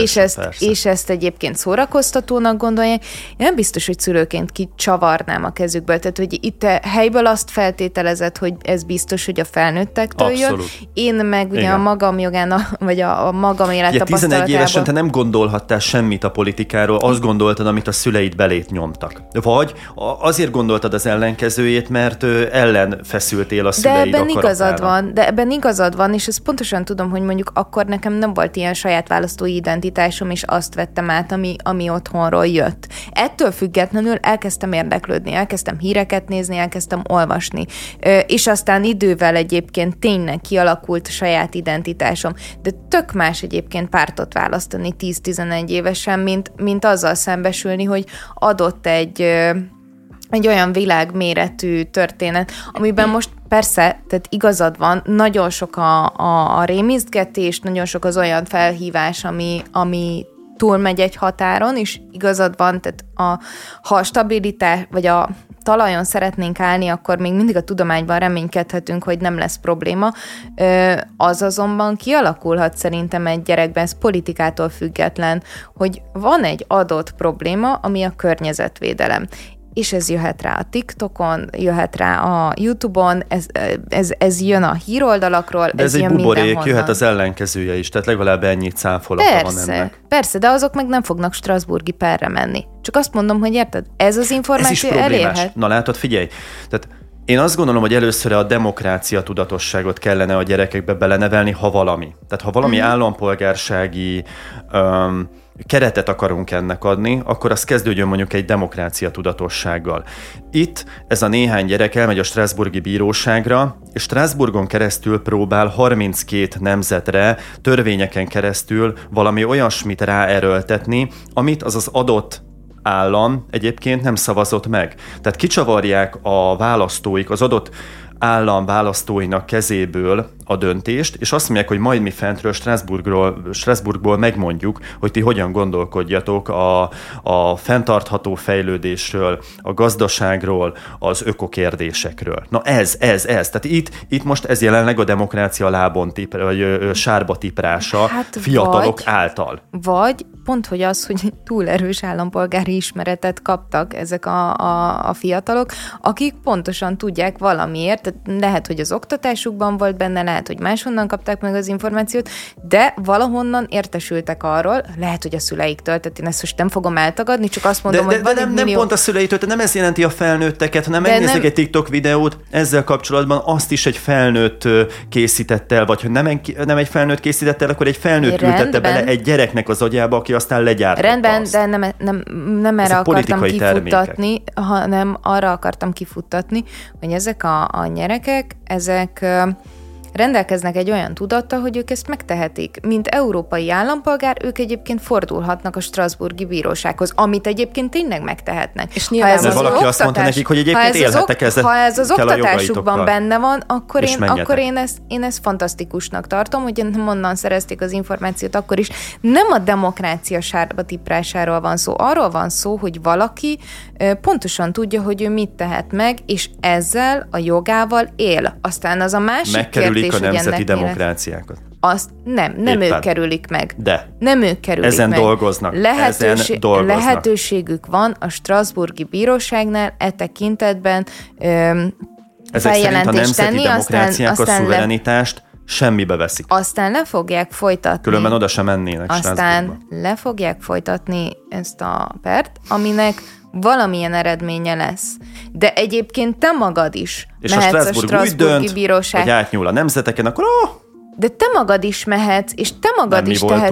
és ezt egyébként szórakoztatónak gondolják. Én nem biztos, hogy szülőként kicsavarnám a kezükből. Tehát, hogy itt helyből azt feltételezed, hogy ez biztos, hogy a felnőttektől jön. Én meg ugye a magam jogán, vagy a magam élettapasztalatából. 11 évesen te nem gondolhattál semmit a politikáról, azt gondoltad, amit a szüleid belét nyomtak. Vagy azért gondoltad az ellenkezőjét, mert ellen feszültél a szüleid akaratára. De ebben igazad van, és ezt pontosan tudom, hogy mondjuk akkor nekem nem volt ilyen saját választói identitásom, és azt vettem át, ami otthonról jött. Ettől függetlenül elkezdtem érdeklődni, elkezdtem híreket nézni, elkezdtem olvasni, és aztán idővel egyébként tényleg kialakult a saját identitásom. De tök más egyébként pártot választani 10-11 évesen, mint azzal szembesülni, hogy adott egy olyan világméretű történet, amiben most persze, tehát igazad van, nagyon sok a rémisztgetés, nagyon sok az olyan felhívás, ami túlmegy egy határon, és igazad van, tehát ha a stabilitás, vagy a talajon szeretnénk állni, akkor még mindig a tudományban reménykedhetünk, hogy nem lesz probléma. Az azonban kialakulhat szerintem egy gyerekben, ez politikától független, hogy van egy adott probléma, ami a környezetvédelem. És ez jöhet rá a TikTokon, jöhet rá a YouTube-on, ez jön a híroldalakról, de ez egy buborék, jöhet az ellenkezője is, tehát legalább ennyit cáfolata van ennek. Persze, de azok meg nem fognak strasbourgi perre menni. Csak azt mondom, hogy érted, ez az információ elérhet. Na látod, figyelj, tehát én azt gondolom, hogy először a demokrácia tudatosságot kellene a gyerekekbe belenevelni, ha valami. Tehát ha valami állampolgársági keretet akarunk ennek adni, akkor az kezdődjön mondjuk egy demokrácia tudatossággal. Itt ez a néhány gyerek elmegy a strasbourgi bíróságra, és Strasbourgon keresztül próbál 32 nemzetre, törvényeken keresztül valami olyasmit ráerőltetni, amit az adott állam egyébként nem szavazott meg. Tehát kicsavarják a választóik az adott állam választóinak kezéből a döntést, és azt mondják, hogy majd mi fentről Strasbourgból megmondjuk, hogy ti hogyan gondolkodjatok a fenntartható fejlődésről, a gazdaságról, az ökokérdésekről. Na ez. Tehát itt most ez jelenleg a demokrácia lábon vagy sárba tiprása fiatalok által. Vagy pont, hogy az, hogy túl erős állampolgári ismeretet kaptak ezek a fiatalok, akik pontosan tudják valamiért, tehát lehet, hogy az oktatásukban volt benne, lehet, hogy máshonnan kapták meg az információt, de valahonnan értesültek arról, lehet, hogy a szüleiktől, tehát én ezt most nem fogom eltagadni, csak azt mondom, hogy nem pont a szüleitől, nem ez jelenti a felnőtteket, hanem megnéznek egy TikTok videót, ezzel kapcsolatban azt is egy felnőtt készített el, vagy ha nem egy felnőtt készített el, akkor egy felnőtt ültette bele egy gyereknek az agyába, aki aztán legyártotta. Rendben, azt. De nem erre akartam kifuttatni, hanem arra akartam kifuttatni, hogy ezek a gyerekek, ezek rendelkeznek egy olyan tudattal, hogy ők ezt megtehetik. Mint európai állampolgár, ők egyébként fordulhatnak a strasbourgi bírósághoz, amit egyébként tényleg megtehetnek. És nyilván valaki azt mondta nekik, hogy egyébként élhettek ezzel. Ha ez az oktatásukban benne van, akkor én ezt fantasztikusnak tartom, hogy onnan szerezték az információt akkor is. Nem a demokrácia sárba tiprásáról van szó, arról van szó, hogy valaki pontosan tudja, hogy ő mit tehet meg, és ezzel a jogával él. Aztán az a másik kérdés, a nemzeti demokráciákat. Azt nem ők kerülik meg. De. Nem ők kerülik ezen meg. Dolgoznak. Lehetőségük van a strasbourgi bíróságnál tekintetben ezek szerint a nemzeti demokráciák a szuverenitást semmibe veszik. Aztán le fogják folytatni. Különben oda sem mennének Aztán le fogják folytatni ezt a pert, aminek valamilyen eredménye lesz. De egyébként te magad is és mehetsz a Strasbourgi bíróság. Hogy átnyúl a nemzeteken, akkor de te magad is mehetsz, és te magad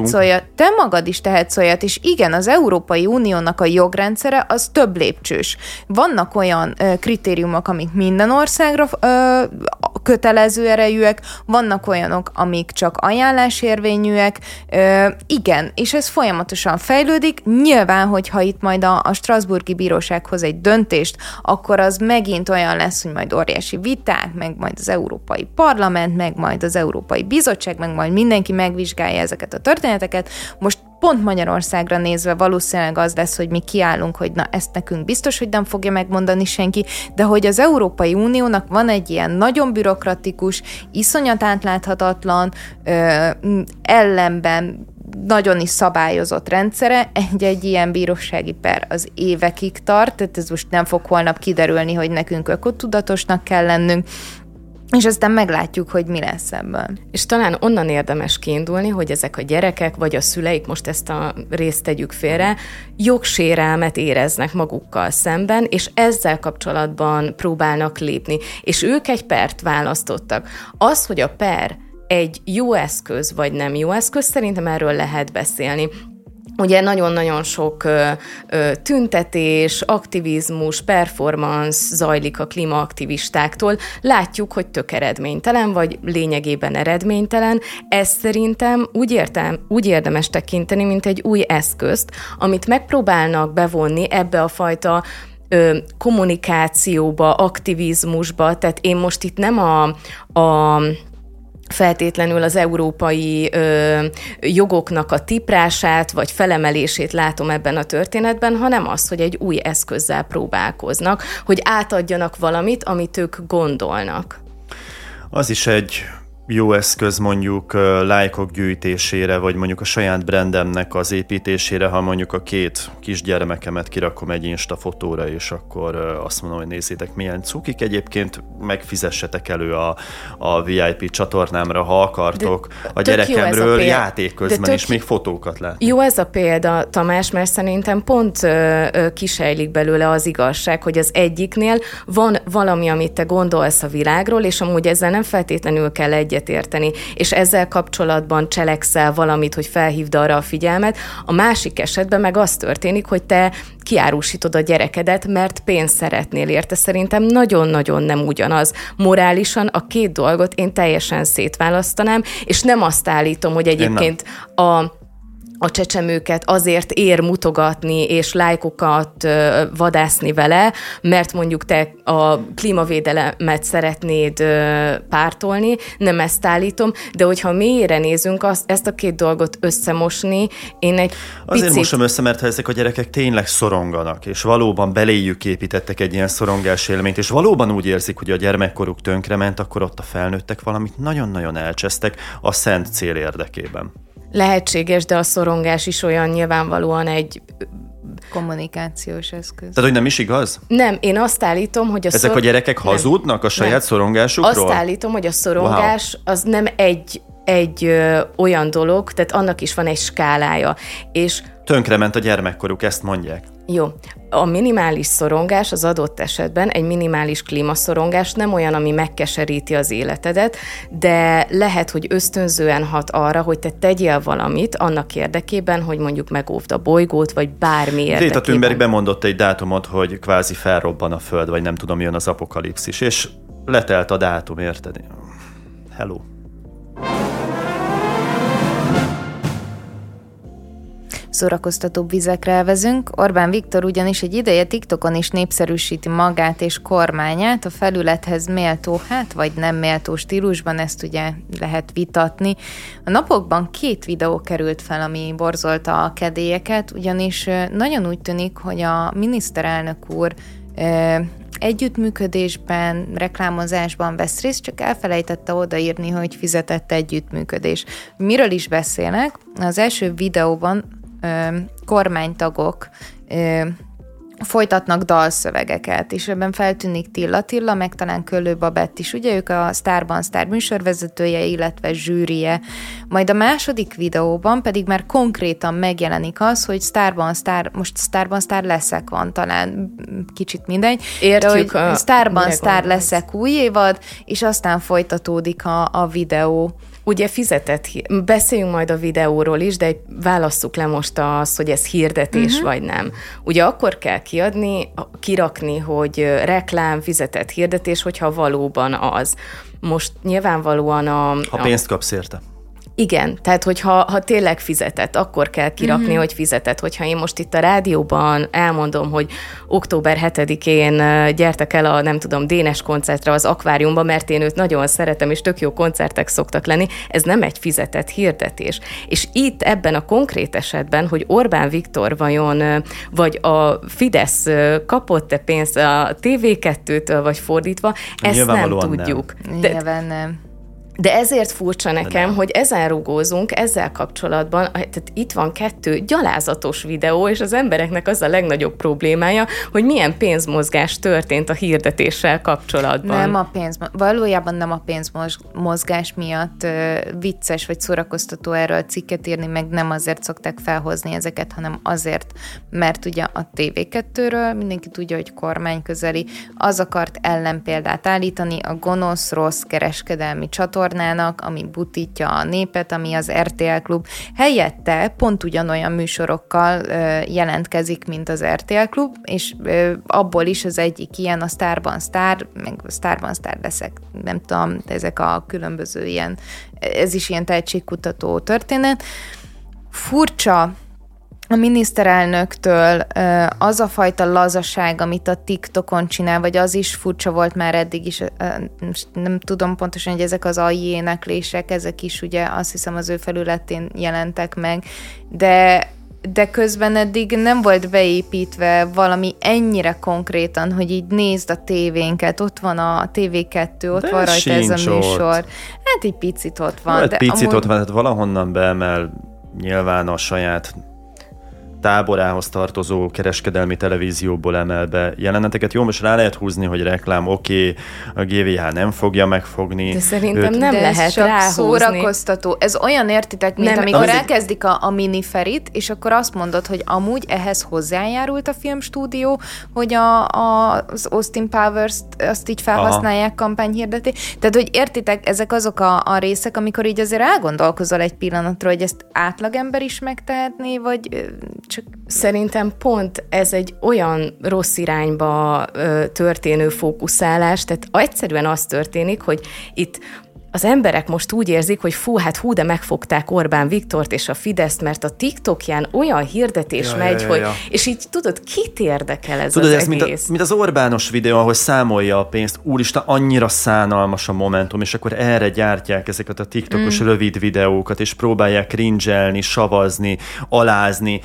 is tehetsz olyat, és igen, az Európai Uniónak a jogrendszere az több lépcsős. Vannak olyan kritériumok, amik minden országra kötelező erejűek, vannak olyanok, amik csak ajánlásérvényűek, igen, és ez folyamatosan fejlődik. Nyilván, hogyha itt majd a Strasbourgi Bírósághoz egy döntést, akkor az megint olyan lesz, hogy majd óriási viták, meg majd az Európai Parlament, meg majd az Európai Bizottság, meg majd mindenki megvizsgálja ezeket a történeteket. Most pont Magyarországra nézve valószínűleg az lesz, hogy mi kiállunk, hogy na ezt nekünk biztos, hogy nem fogja megmondani senki, de hogy az Európai Uniónak van egy ilyen nagyon bürokratikus, iszonyat átláthatatlan, ellenben nagyon is szabályozott rendszere, egy ilyen bírósági per az évekig tart, tehát ez most nem fog holnap kiderülni, hogy nekünk ökotudatosnak kell lennünk, és aztán meglátjuk, hogy mi lesz ebből. És talán onnan érdemes kiindulni, hogy ezek a gyerekek, vagy a szüleik, most ezt a részt tegyük félre, jogsérelmet éreznek magukkal szemben, és ezzel kapcsolatban próbálnak lépni. És ők egy pert választottak. Az, hogy a per egy jó eszköz, vagy nem jó eszköz, szerintem erről lehet beszélni. Ugye nagyon-nagyon sok tüntetés, aktivizmus, performance zajlik a klímaaktivistáktól. Látjuk, hogy tök eredménytelen, vagy lényegében eredménytelen. Ezt szerintem úgy érdemes tekinteni, mint egy új eszközt, amit megpróbálnak bevonni ebbe a fajta kommunikációba, aktivizmusba. Tehát én most itt nem a feltétlenül az európai jogoknak a tiprását vagy felemelését látom ebben a történetben, hanem az, hogy egy új eszközzel próbálkoznak, hogy átadjanak valamit, amit ők gondolnak. Az is egy jó eszköz mondjuk lájkok gyűjtésére, vagy mondjuk a saját brandemnek az építésére, ha mondjuk a 2 kisgyermekemet kirakom egy Insta fotóra, és akkor azt mondom, hogy nézzétek, milyen cukik. Egyébként megfizessetek elő a VIP csatornámra, ha akartok a gyerekemről játék közben is még fotókat látni. Jó ez a példa, Tamás, mert szerintem pont kisejlik belőle az igazság, hogy az egyiknél van valami, amit te gondolsz a világról, és amúgy ezzel nem feltétlenül kell egyetérteni, és ezzel kapcsolatban cselekszel valamit, hogy felhívd arra a figyelmet. A másik esetben meg az történik, hogy te kiárusítod a gyerekedet, mert pénzt szeretnél érte. Szerintem nagyon-nagyon nem ugyanaz. Morálisan a 2 dolgot én teljesen szétválasztanám, és nem azt állítom, hogy egyébként a csecsemőket azért ér mutogatni és lájkokat vadászni vele, mert mondjuk te a klímavédelemet szeretnéd pártolni, nem ezt állítom, de hogyha mélyére nézünk, ezt a 2 dolgot összemosni, én egy Azért mosom össze, mert ha ezek a gyerekek tényleg szoronganak, és valóban beléjük építettek egy ilyen szorongás élményt, és valóban úgy érzik, hogy a gyermekkoruk tönkrement, akkor ott a felnőttek valamit nagyon-nagyon elcsesztek a szent cél érdekében. Lehetséges, de a szorongás is olyan nyilvánvalóan egy kommunikációs eszköz. Tehát, hogy nem is igaz? Nem, én azt állítom, hogy ezek a gyerekek hazudnak a saját szorongásukról? Azt állítom, hogy a szorongás az nem egy olyan dolog, tehát annak is van egy skálája. És tönkrement a gyermekkoruk, ezt mondják. Jó. A minimális szorongás az adott esetben, egy minimális klímaszorongás nem olyan, ami megkeseríti az életedet, de lehet, hogy ösztönzően hat arra, hogy te tegyél valamit annak érdekében, hogy mondjuk megóvd a bolygót, vagy bármi érdekében. Greta Thunberg bemondott egy dátumot, hogy kvázi felrobban a Föld, vagy nem tudom, jön az apokalipszis, és letelt a dátum, érted? Hello. Szórakoztatóbb vizekre elvezünk. Orbán Viktor ugyanis egy ideje TikTokon is népszerűsíti magát és kormányát a felülethez méltó, vagy nem méltó stílusban, ezt ugye lehet vitatni. A napokban 2 videó került fel, ami borzolta a kedélyeket, ugyanis nagyon úgy tűnik, hogy a miniszterelnök úr együttműködésben, reklámozásban vesz részt, csak elfelejtette odaírni, hogy fizetett együttműködés. Miről is beszélnek? Az első videóban kormánytagok folytatnak dalszövegeket, és ebben feltűnik Tilla, meg talán Köllő Babett is, ugye ők a Sztárban Sztár műsorvezetője, illetve zsűrije. Majd a második videóban pedig már konkrétan megjelenik az, hogy Sztárban Sztár leszek van, talán kicsit mindegy, értjük, de hogy Sztárban Sztár leszek új évad, és aztán folytatódik a videó. Ugye beszéljünk majd a videóról is, de válasszuk le most azt, hogy ez hirdetés vagy nem. Ugye akkor kell kirakni, hogy reklám, fizetett hirdetés, hogyha valóban az. Most nyilvánvalóan ha pénzt kapsz érte. Igen, tehát hogyha tényleg fizetett, akkor kell kirakni, hogy fizetett. Hogyha én most itt a rádióban elmondom, hogy október 7-én gyertek el a, nem tudom, Dénes koncertre az akváriumba, mert én őt nagyon szeretem, és tök jó koncertek szoktak lenni, ez nem egy fizetett hirdetés. És itt ebben a konkrét esetben, hogy Orbán Viktor vajon, vagy a Fidesz kapott-e pénzt a TV2-től, vagy fordítva, ezt nem tudjuk. Nyilván nem. De ezért furcsa nekem, hogy ezen rugózunk, ezzel kapcsolatban, tehát itt van 2 gyalázatos videó, és az embereknek az a legnagyobb problémája, hogy milyen pénzmozgás történt a hirdetéssel kapcsolatban. Valójában nem a pénzmozgás miatt vicces vagy szórakoztató erről cikket írni, meg nem azért szokták felhozni ezeket, hanem azért, mert ugye a TV2-ről mindenki tudja, hogy kormányközeli, az akart ellenpéldát állítani a gonosz, rossz kereskedelmi csatornának, ami butítja a népet, ami az RTL Klub. Helyette pont ugyanolyan műsorokkal jelentkezik, mint az RTL Klub, és abból is az egyik ilyen a Sztárban Sztár, meg a Sztárban Sztár leszek, nem tudom, ezek a különböző ilyen, ez is ilyen tehetségkutató történet. Furcsa a miniszterelnöktől az a fajta lazaság, amit a TikTokon csinál, vagy az is furcsa volt már eddig is, nem tudom pontosan, hogy ezek az AI éneklések, ezek is ugye azt hiszem az ő felületén jelentek meg, de közben eddig nem volt beépítve valami ennyire konkrétan, hogy így nézd a tévénket, ott van a TV2, ott van rajta ez a műsor. Ott. Hát egy picit ott van. Hát picit ott van, hát valahonnan beemel nyilván a saját táborához tartozó kereskedelmi televízióból emel be jeleneteket. Jó, most rá lehet húzni, hogy reklám, oké, a GVH nem fogja megfogni. De szerintem nem lehet ráhúzni. Szórakoztató. Ez olyan, értitek, mint amikor elkezdik a miniferit, és akkor azt mondod, hogy amúgy ehhez hozzájárult a filmstúdió, hogy az Austin Powers-t azt így felhasználják kampányhirdetni. Tehát, hogy értitek, ezek azok a részek, amikor így azért elgondolkozol egy pillanatra, hogy ezt átlagember is megtehetné, vagy csak... Szerintem pont ez egy olyan rossz irányba történő fókuszálás, tehát egyszerűen az történik, hogy itt az emberek most úgy érzik, hogy de megfogták Orbán Viktort és a Fideszt, mert a TikTokján olyan hirdetés megy, hogy... És így tudod, kit érdekel ez az egész? Mint az Orbános videó, ahol számolja a pénzt, úristen, annyira szánalmas a momentum, és akkor erre gyártják ezeket a TikTokos rövid videókat, és próbálják cringe-elni, savazni, alázni.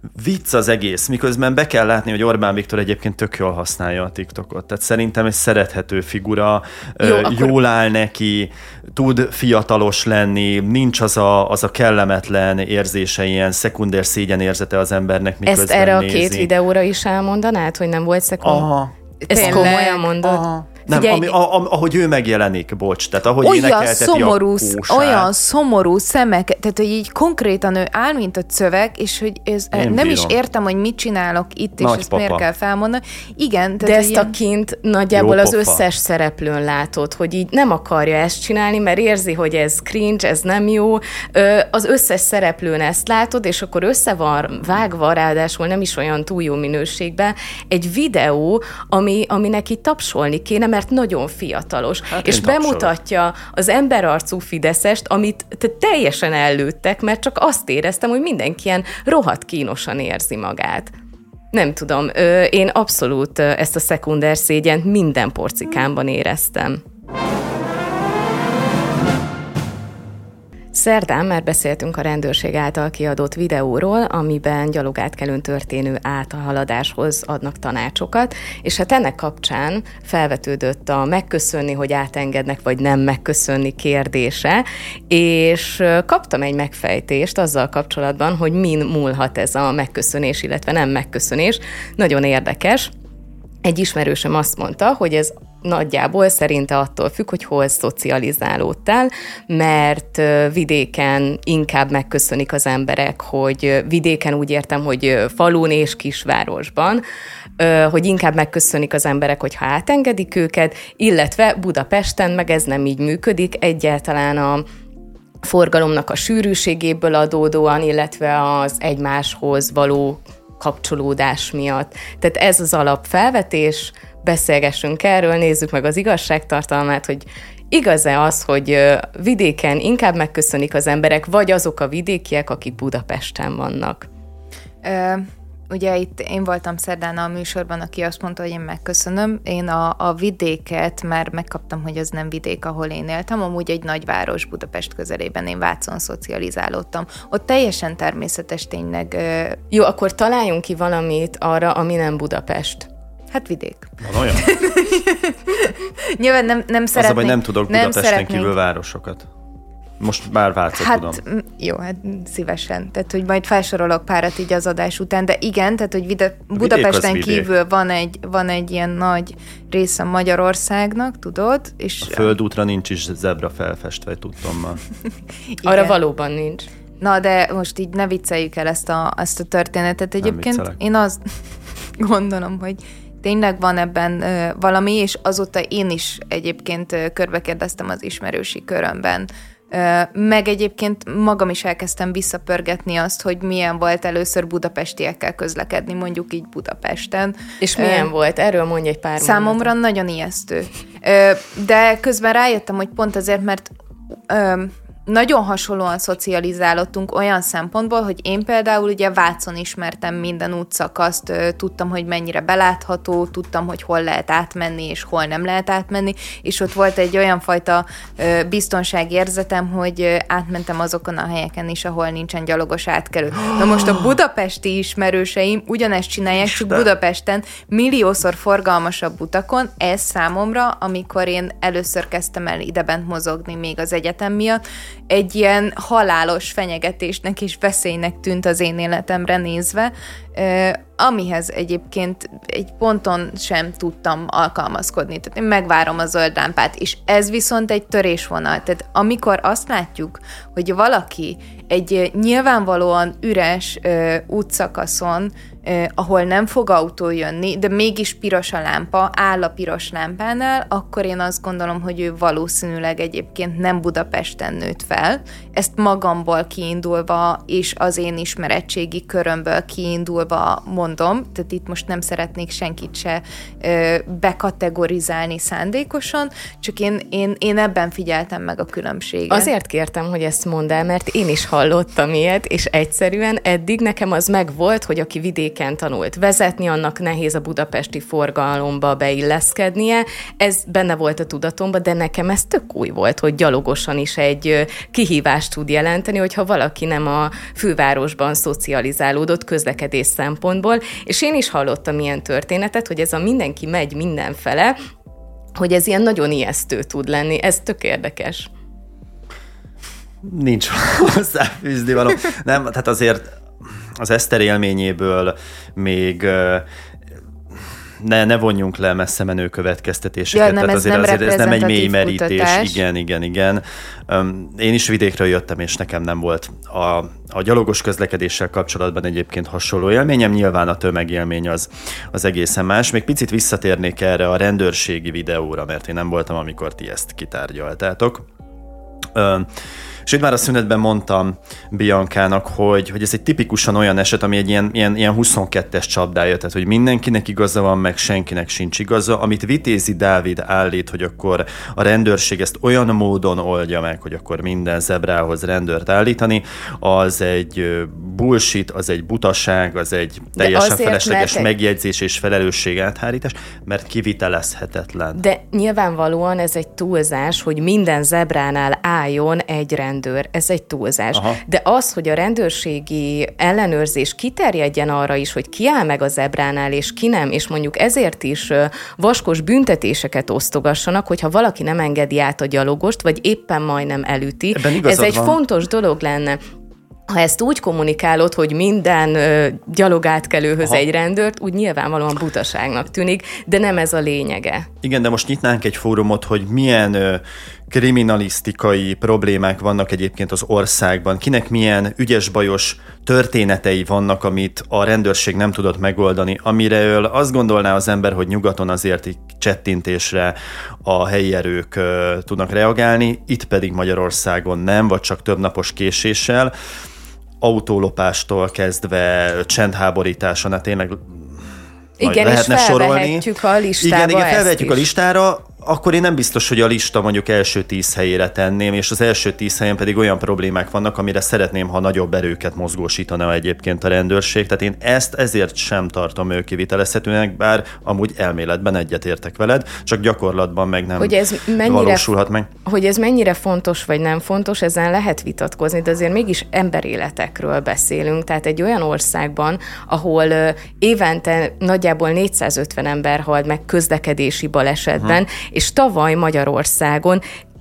vicc az egész, miközben be kell látni, hogy Orbán Viktor egyébként tök jól használja a TikTokot. Tehát szerintem egy szerethető figura, jól áll neki, tud fiatalos lenni, nincs az a kellemetlen érzése, ilyen szekunder szégyenérzete az embernek, miközben ezt erre nézi. A 2 videóra is elmondanád, hogy nem volt szekunder? Aha. Ezt komolyan mondod? Aha. Nem, ahogy ő megjelenik, bocs, tehát ahogy énekelteti a kósát. Olyan szomorú szemek, tehát hogy így konkrétan ő áll, mint a szöveg, és hogy ez, nem is értem, hogy mit csinálok itt, és ezt miért kell felmondani. Igen. De ezt a kint nagyjából az összes szereplőn látod, hogy így nem akarja ezt csinálni, mert érzi, hogy ez cringe, ez nem jó. Az összes szereplőn ezt látod, és akkor össze van vágva, ráadásul nem is olyan túl jó minőségben, egy videó, ami neki tapsolni kéne, mert nagyon fiatalos, és bemutatja az emberarcú fideszest, amit teljesen ellőttek, mert csak azt éreztem, hogy mindenki ilyen rohadt kínosan érzi magát. Nem tudom, én abszolút ezt a szekunder szégyent minden porcikámban éreztem. Szerdán már beszéltünk a rendőrség által kiadott videóról, amiben gyalogátkelőn történő áthaladáshoz adnak tanácsokat, és hát ennek kapcsán felvetődött a megköszönni, hogy átengednek, vagy nem megköszönni kérdése, és kaptam egy megfejtést azzal kapcsolatban, hogy min múlhat ez a megköszönés, illetve nem megköszönés. Nagyon érdekes. Egy ismerősöm azt mondta, hogy ez nagyjából szerinte attól függ, hogy hol szocializálódtál, mert vidéken inkább megköszönik az emberek, hogy vidéken úgy értem, hogy falun és kisvárosban, hogy inkább megköszönik az emberek, hogyha átengedik őket, illetve Budapesten meg ez nem így működik, egyáltalán a forgalomnak a sűrűségéből adódóan, illetve az egymáshoz való kapcsolódás miatt. Tehát ez az alapfelvetés, beszélgessünk erről, nézzük meg az igazságtartalmát, hogy igaz-e az, hogy vidéken inkább megköszönik az emberek, vagy azok a vidékiek, akik Budapesten vannak? Ugye itt én voltam szerdán a műsorban, aki azt mondta, hogy én megköszönöm. Én a vidéket már megkaptam, hogy az nem vidék, ahol én éltem. Amúgy egy nagyváros Budapest közelében, én Vácon szocializálódtam. Ott teljesen természetes tényleg. Jó, akkor találjunk ki valamit arra, ami nem Budapest. Hát vidék. Van olyan? Nyilván nem szeretnék. Az, hogy nem tudok Budapesten kívül városokat. Most már Vácot tudom. Jó, hát szívesen. Tehát, hogy majd felsorolok párat így az adás után, de igen, tehát, hogy Budapesten kívül van egy ilyen nagy része Magyarországnak, tudod? És a földútra nincs is zebra felfestve, tudtommal. Arra valóban nincs. Na, de most így ne vicceljük el ezt a történetet. Egyébként én azt gondolom, hogy tényleg van ebben valami, és azóta én is egyébként körbekérdeztem az ismerősi körömben. Meg egyébként magam is elkezdtem visszapörgetni azt, hogy milyen volt először budapestiekkel közlekedni, mondjuk így Budapesten. És milyen volt? Erről mondj egy pár Számomra mondatot. nagyon ijesztő. De közben rájöttem, hogy pont azért, mert nagyon hasonlóan szocializálódtunk olyan szempontból, hogy én például ugye Vácon ismertem minden útszakaszt, tudtam, hogy mennyire belátható, tudtam, hogy hol lehet átmenni, és hol nem lehet átmenni, és ott volt egy olyan fajta biztonságérzetem, hogy átmentem azokon a helyeken is, ahol nincsen gyalogos átkelő. Na most a budapesti ismerőseim ugyanezt csinálják, csak Budapesten milliószor forgalmasabb utakon. Ez számomra, amikor én először kezdtem el idebent mozogni még az egyetem miatt, egy ilyen halálos fenyegetésnek és veszélynek tűnt az én életemre nézve, amihez egyébként egy ponton sem tudtam alkalmazkodni. Tehát én megvárom a zöld lámpát, és ez viszont egy törésvonal. Tehát amikor azt látjuk, hogy valaki egy nyilvánvalóan üres útszakaszon, ahol nem fog autó jönni, de mégis piros a lámpa, áll a piros lámpánál, akkor én azt gondolom, hogy ő valószínűleg egyébként nem Budapesten nőtt fel. Ezt magamból kiindulva, és az én ismeretségi körömből kiindulva mondom mondom, tehát itt most nem szeretnék senkit se bekategorizálni szándékosan, csak én ebben figyeltem meg a különbséget. Azért kértem, hogy ezt mondd el, mert én is hallottam ilyet, és egyszerűen eddig nekem az megvolt, hogy aki vidéken tanult vezetni, annak nehéz a budapesti forgalomba beilleszkednie. Ez benne volt a tudatomban, de nekem ez tök új volt, hogy gyalogosan is egy kihívást tud jelenteni, hogyha valaki nem a fővárosban szocializálódott közlekedés szempontból, és én is hallottam ilyen történetet, hogy ez a mindenki megy mindenfele, hogy ez ilyen nagyon ijesztő tud lenni. Ez tök érdekes. Nincs hozzáfűzni való. Nem, tehát azért az Eszter élményéből még ne vonjunk le messze menő következtetéseket. Ja, nem, tehát azért ez nem egy mély merítés. kutatás. Igen. Én is vidékről jöttem, és nekem nem volt a gyalogos közlekedéssel kapcsolatban egyébként hasonló élményem. Nyilván a tömegélmény az egészen más. Még picit visszatérnék erre a rendőrségi videóra, mert én nem voltam, amikor ti ezt kitárgyaltátok. És itt már a szünetben mondtam Biancának, hogy ez egy tipikusan olyan eset, ami egy ilyen 22-es csapdája, tehát hogy mindenkinek igaza van, meg senkinek sincs igaza. Amit Vitézi Dávid állít, hogy akkor a rendőrség ezt olyan módon oldja meg, hogy akkor minden zebrához rendőrt állítani, az egy bullshit, az egy butaság, az egy teljesen felesleges megjegyzés és felelősség áthárítás, mert kivitelezhetetlen. De nyilvánvalóan ez egy túlzás, hogy minden zebránál álljon egy rendőr. Ez egy túlzás. Aha. De az, hogy a rendőrségi ellenőrzés kiterjedjen arra is, hogy ki áll meg a zebránál, és ki nem, és mondjuk ezért is vaskos büntetéseket osztogassanak, hogyha valaki nem engedi át a gyalogost, vagy éppen majdnem elüti. Ez egy fontos dolog lenne. Ha ezt úgy kommunikálod, hogy minden gyalogátkelőhöz egy rendőrt, úgy nyilvánvalóan butaságnak tűnik, de nem ez a lényege. Igen, de most nyitnánk egy fórumot, hogy milyen kriminalisztikai problémák vannak egyébként az országban, kinek milyen ügyes-bajos történetei vannak, amit a rendőrség nem tudott megoldani, amiről azt gondolná az ember, hogy nyugaton azért csettintésre a helyi erők tudnak reagálni, itt pedig Magyarországon nem, vagy csak több napos késéssel, autólopástól kezdve csendháborításon, hát tényleg igen, lehetne és felvehetjük a listába. Igen, felvehetjük a listára, akkor én nem biztos, hogy a lista mondjuk első 10 helyére tenném, és az első 10 helyen pedig olyan problémák vannak, amire szeretném, ha nagyobb erőket mozgósítana egyébként a rendőrség. Tehát én ezt ezért sem tartom kivitelezhetőnek, bár amúgy elméletben egyetértek veled, csak gyakorlatban meg nem valósulhat meg. Hogy ez mennyire fontos vagy nem fontos, ezen lehet vitatkozni, de azért mégis emberéletekről beszélünk. Tehát egy olyan országban, ahol évente nagyjából 450 ember halt meg közlekedési balesetben, és tavaly Magyarországon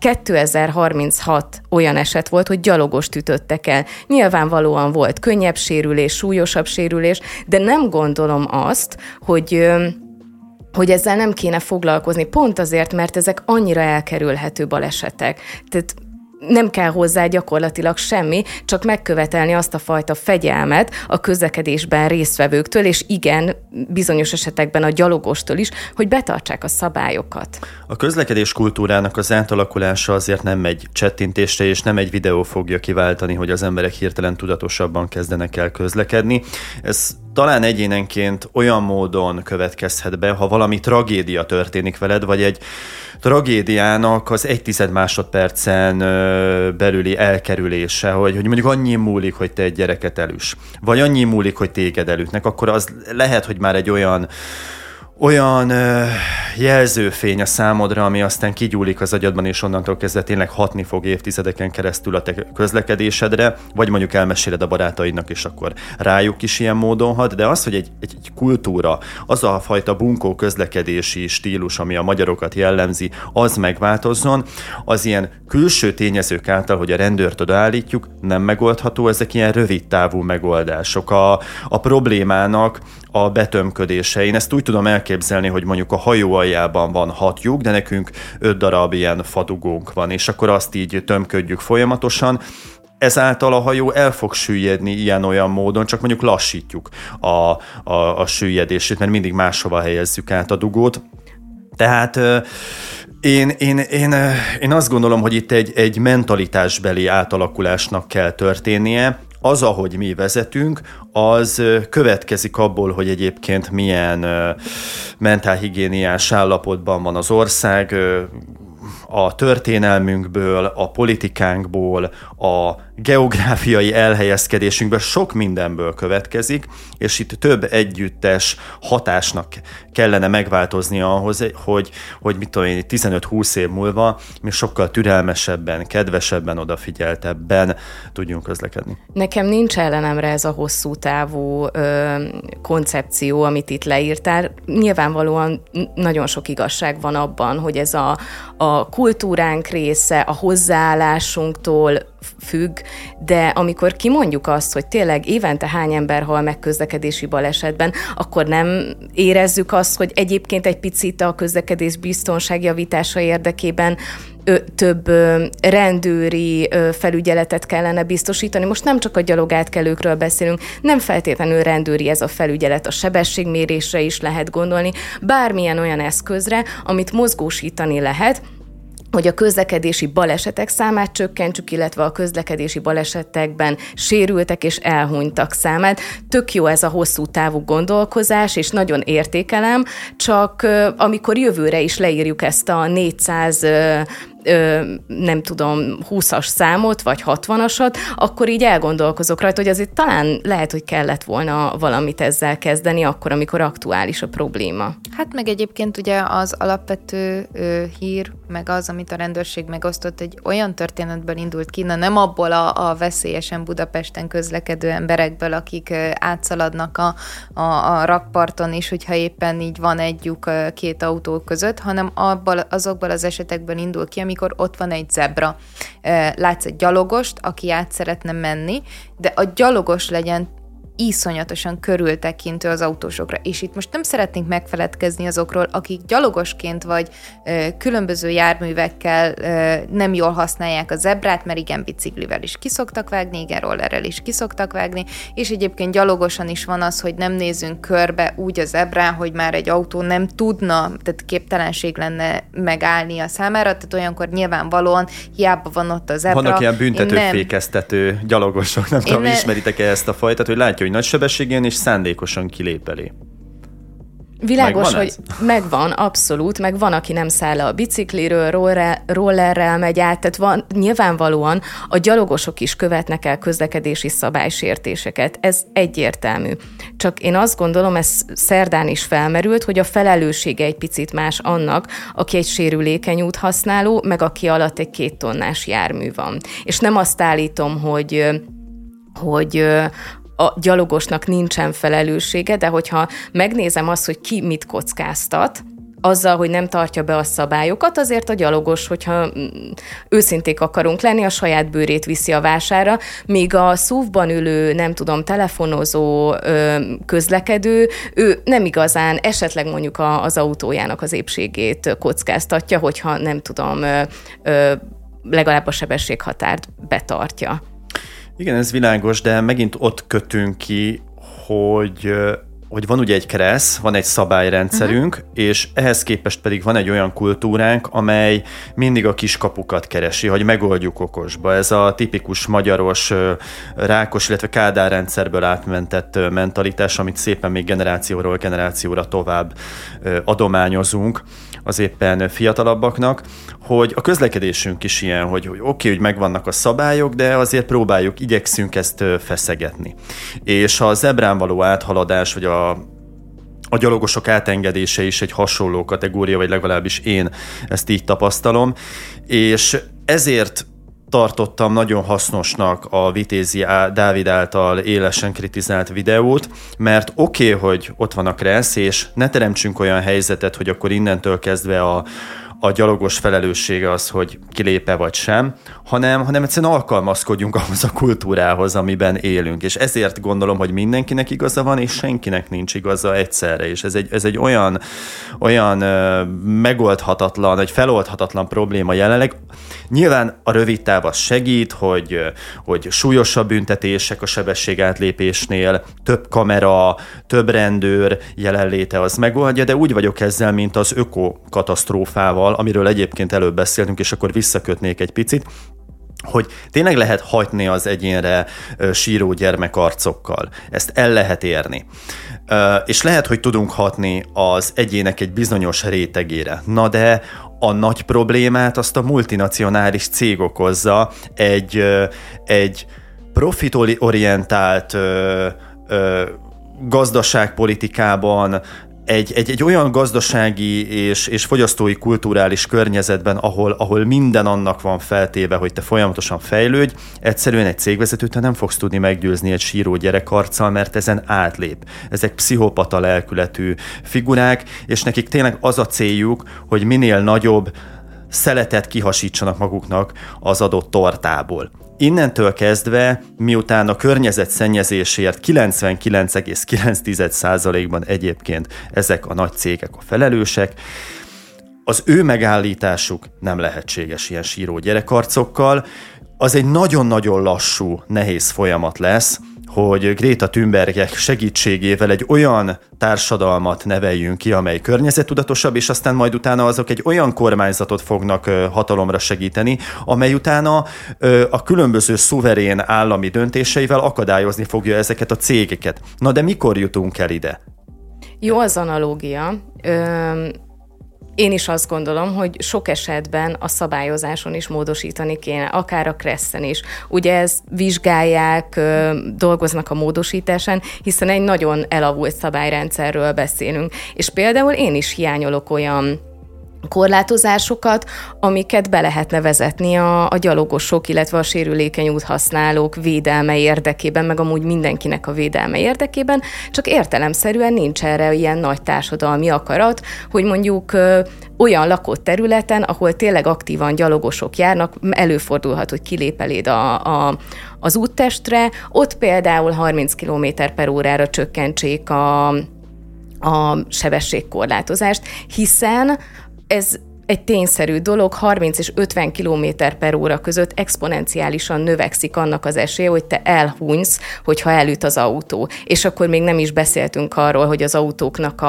2036 olyan eset volt, hogy gyalogost ütöttek el. Nyilvánvalóan volt könnyebb sérülés, súlyosabb sérülés, de nem gondolom azt, hogy ezzel nem kéne foglalkozni, pont azért, mert ezek annyira elkerülhető balesetek. Tehát nem kell hozzá gyakorlatilag semmi, csak megkövetelni azt a fajta fegyelmet a közlekedésben résztvevőktől, és igen, bizonyos esetekben a gyalogostól is, hogy betartsák a szabályokat. A közlekedés kultúrának az átalakulása azért nem egy csettintésre, és nem egy videó fogja kiváltani, hogy az emberek hirtelen tudatosabban kezdenek el közlekedni. Ez talán egyénenként olyan módon következhet be, ha valami tragédia történik veled, vagy egy tragédiának az 1/10 másodpercen belüli elkerülése, hogy mondjuk annyi múlik, hogy te egy gyereket elüss, vagy annyi múlik, hogy téged elütnek, akkor az lehet, hogy már egy olyan jelzőfény a számodra, ami aztán kigyúlik az agyadban, és onnantól kezdve tényleg hatni fog évtizedeken keresztül a te közlekedésedre, vagy mondjuk elmeséled a barátaidnak, és akkor rájuk is ilyen módon hat, de az, hogy egy kultúra, az a fajta bunkó közlekedési stílus, ami a magyarokat jellemzi, az megváltozzon, az ilyen külső tényezők által, hogy a rendőrt odaállítjuk, nem megoldható, ezek ilyen rövid távú megoldások. A problémának a betömködése. Én ezt úgy tudom elképzelni, hogy mondjuk a hajó aljában van 6 lyuk, de nekünk 5 darab ilyen fadugónk van, és akkor azt így tömködjük folyamatosan. Ezáltal a hajó el fog süllyedni ilyen-olyan módon, csak mondjuk lassítjuk a süllyedését, mert mindig máshova helyezzük át a dugót. Tehát én azt gondolom, hogy itt egy mentalitásbeli átalakulásnak kell történnie, az, ahogy mi vezetünk, az következik abból, hogy egyébként milyen mentálhigiéniás állapotban van az ország, a történelmünkből, a politikánkból, a geográfiai elhelyezkedésünkből, sok mindenből következik, és itt több együttes hatásnak kellene megváltoznia ahhoz, hogy mit tudom én, 15-20 év múlva mi sokkal türelmesebben, kedvesebben, odafigyeltebben tudjunk közlekedni. Nekem nincs ellenemre ez a hosszú távú koncepció, amit itt leírtál. Nyilvánvalóan nagyon sok igazság van abban, hogy ez a kultúránk része, a hozzáállásunktól függ, de amikor kimondjuk azt, hogy tényleg évente hány ember hal meg közlekedési balesetben, akkor nem érezzük azt, hogy egyébként egy picit a közlekedés biztonság javítása érdekében több rendőri felügyeletet kellene biztosítani. Most nem csak a gyalogátkelőkről beszélünk, nem feltétlenül rendőri ez a felügyelet, a sebességmérésre is lehet gondolni, bármilyen olyan eszközre, amit mozgósítani lehet, hogy a közlekedési balesetek számát csökkentsük, illetve a közlekedési balesetekben sérültek és elhunytak számát. Tök jó ez a hosszú távú gondolkozás, és nagyon értékelem, csak amikor jövőre is leírjuk ezt a 400 nem tudom, 20-as számot, vagy 60-asat, akkor így elgondolkozok rajta, hogy azért talán lehet, hogy kellett volna valamit ezzel kezdeni, akkor, amikor aktuális a probléma. Hát meg egyébként ugye az alapvető hír, meg az, amit a rendőrség megosztott, egy olyan történetből indult ki, nem abból a veszélyesen Budapesten közlekedő emberekből, akik átszaladnak a rakparton is, hogyha éppen így van egy lyuk két autó között, hanem azokból az esetekből indul ki, amikor ott van egy zebra. Látsz egy gyalogost, aki át szeretne menni, de a gyalogos legyen iszonyatosan körültekintő az autósokra. És itt most nem szeretnénk megfeledkezni azokról, akik gyalogosként vagy különböző járművekkel nem jól használják a zebrát, mert igen, biciklivel is kiszoktak vágni, igen, rollerrel is kiszoktak vágni, és egyébként gyalogosan is van az, hogy nem nézünk körbe úgy a zebrán, hogy már egy autó nem tudna, tehát képtelenség lenne megállni a számára, tehát olyankor nyilvánvalóan hiába van ott a zebra. Vannak ilyen büntetőfékeztető gyalogosok, nem tudom, ismeritek-e ezt a fajtát, hogy látja, hogy nagy sebességen és szándékosan kilép elé. Világos, hogy megvan, abszolút, meg van, aki nem száll le a bicikliről, rollerrel megy át, tehát nyilvánvalóan a gyalogosok is követnek el közlekedési szabálysértéseket, ez egyértelmű. Csak én azt gondolom, ez szerdán is felmerült, hogy a felelőssége egy picit más annak, aki egy sérülékeny úthasználó, meg aki alatt egy 2 tonnás jármű van. És nem azt állítom, hogy a gyalogosnak nincsen felelőssége, de hogyha megnézem azt, hogy ki mit kockáztat, azzal, hogy nem tartja be a szabályokat, azért a gyalogos, hogyha őszinték akarunk lenni, a saját bőrét viszi a vására, míg a SUV-ban ülő, nem tudom, telefonozó közlekedő, ő nem igazán, esetleg mondjuk az autójának az épségét kockáztatja, hogyha nem tudom, legalább a sebességhatárt betartja. Igen, ez világos, de megint ott kötünk ki, hogy van ugye egy KRESZ, van egy szabályrendszerünk, és ehhez képest pedig van egy olyan kultúránk, amely mindig a kiskapukat keresi, hogy megoldjuk okosba. Ez a tipikus magyaros, rákos, illetve Kádár rendszerből átmentett mentalitás, amit szépen még generációról generációra tovább adományozunk az éppen fiatalabbaknak, hogy a közlekedésünk is ilyen, hogy oké, hogy megvannak a szabályok, de azért igyekszünk ezt feszegetni. És a zebrán való áthaladás, vagy a gyalogosok átengedése is egy hasonló kategória, vagy legalábbis én ezt így tapasztalom, és ezért tartottam nagyon hasznosnak a Vitézi Dávid által élesen kritizált videót, mert oké, hogy ott van a KRESZ, és ne teremtsünk olyan helyzetet, hogy akkor innentől kezdve a gyalogos felelőssége az, hogy kilép-e vagy sem, hanem egyszerűen alkalmazkodjunk ahhoz a kultúrához, amiben élünk. És ezért gondolom, hogy mindenkinek igaza van, és senkinek nincs igaza egyszerre. És ez egy olyan megoldhatatlan, egy feloldhatatlan probléma jelenleg. Nyilván a rövid táv az segít, hogy súlyosabb büntetések a sebességátlépésnél, több kamera, több rendőr jelenléte az megoldja, de úgy vagyok ezzel, mint az ökokatasztrófával, amiről egyébként előbb beszéltünk, és akkor visszakötnék egy picit, hogy tényleg lehet hatni az egyénre síró gyermekarcokkal. Ezt el lehet érni. És lehet, hogy tudunk hatni az egyének egy bizonyos rétegére. Na de a nagy problémát azt a multinacionális cég okozza, egy profitorientált gazdaságpolitikában, egy olyan gazdasági és fogyasztói kulturális környezetben, ahol minden annak van feltéve, hogy te folyamatosan fejlődj, egyszerűen egy cégvezetőt nem fogsz tudni meggyőzni egy síró gyerekarccal, mert ezen átlép. Ezek pszichopata lelkületű figurák, és nekik tényleg az a céljuk, hogy minél nagyobb szeletet kihasítsanak maguknak az adott tortából. Innentől kezdve, miután a környezetszennyezésért 99,9%-ban egyébként ezek a nagy cégek a felelősek, az ő megállításuk nem lehetséges ilyen síró gyerekarcokkal. Az egy nagyon-nagyon lassú, nehéz folyamat lesz, hogy Greta Thunberg segítségével egy olyan társadalmat neveljünk ki, amely környezettudatosabb, és aztán majd utána azok egy olyan kormányzatot fognak hatalomra segíteni, amely utána a különböző szuverén állami döntéseivel akadályozni fogja ezeket a cégeket. Na de mikor jutunk el ide? Jó az analógia. Én is azt gondolom, hogy sok esetben a szabályozáson is módosítani kéne, akár a Kreszen is. Ugye ezt vizsgálják, dolgoznak a módosításán, hiszen egy nagyon elavult szabályrendszerről beszélünk. És például én is hiányolok olyan korlátozásokat, amiket be lehetne vezetni a gyalogosok, illetve a sérülékeny úthasználók védelme érdekében, meg amúgy mindenkinek a védelme érdekében, csak értelemszerűen nincs erre ilyen nagy társadalmi akarat, hogy mondjuk olyan lakott területen, ahol tényleg aktívan gyalogosok járnak, előfordulhat, hogy kilép eléd az úttestre, ott például 30 km/órára csökkentsék a sebességkorlátozást, hiszen ez egy tényszerű dolog, 30 és 50 km/óra között exponenciálisan növekszik annak az esélye, hogy te elhunysz, hogyha elüt az autó. És akkor még nem is beszéltünk arról, hogy az autóknak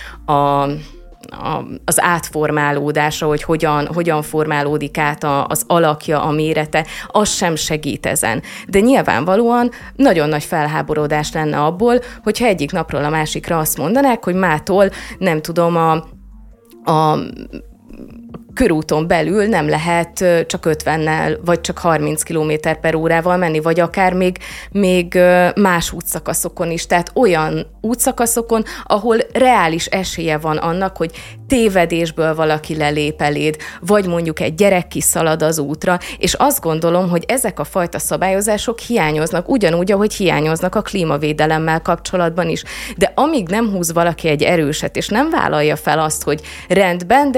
az átformálódása, hogy hogyan formálódik át az alakja, a mérete, az sem segít ezen. De nyilvánvalóan nagyon nagy felháborodás lenne abból, hogyha egyik napról a másikra azt mondanák, hogy mától, nem tudom, a körúton belül nem lehet csak 50-nel, vagy csak 30 km/órával menni, vagy akár még más útszakaszokon is. Tehát olyan útszakaszokon, ahol reális esélye van annak, hogy tévedésből valaki lelép eléd, vagy mondjuk egy gyerek kiszalad az útra, és azt gondolom, hogy ezek a fajta szabályozások hiányoznak, ugyanúgy, ahogy hiányoznak a klímavédelemmel kapcsolatban is. De amíg nem húz valaki egy erőset, és nem vállalja fel azt, hogy rendben, de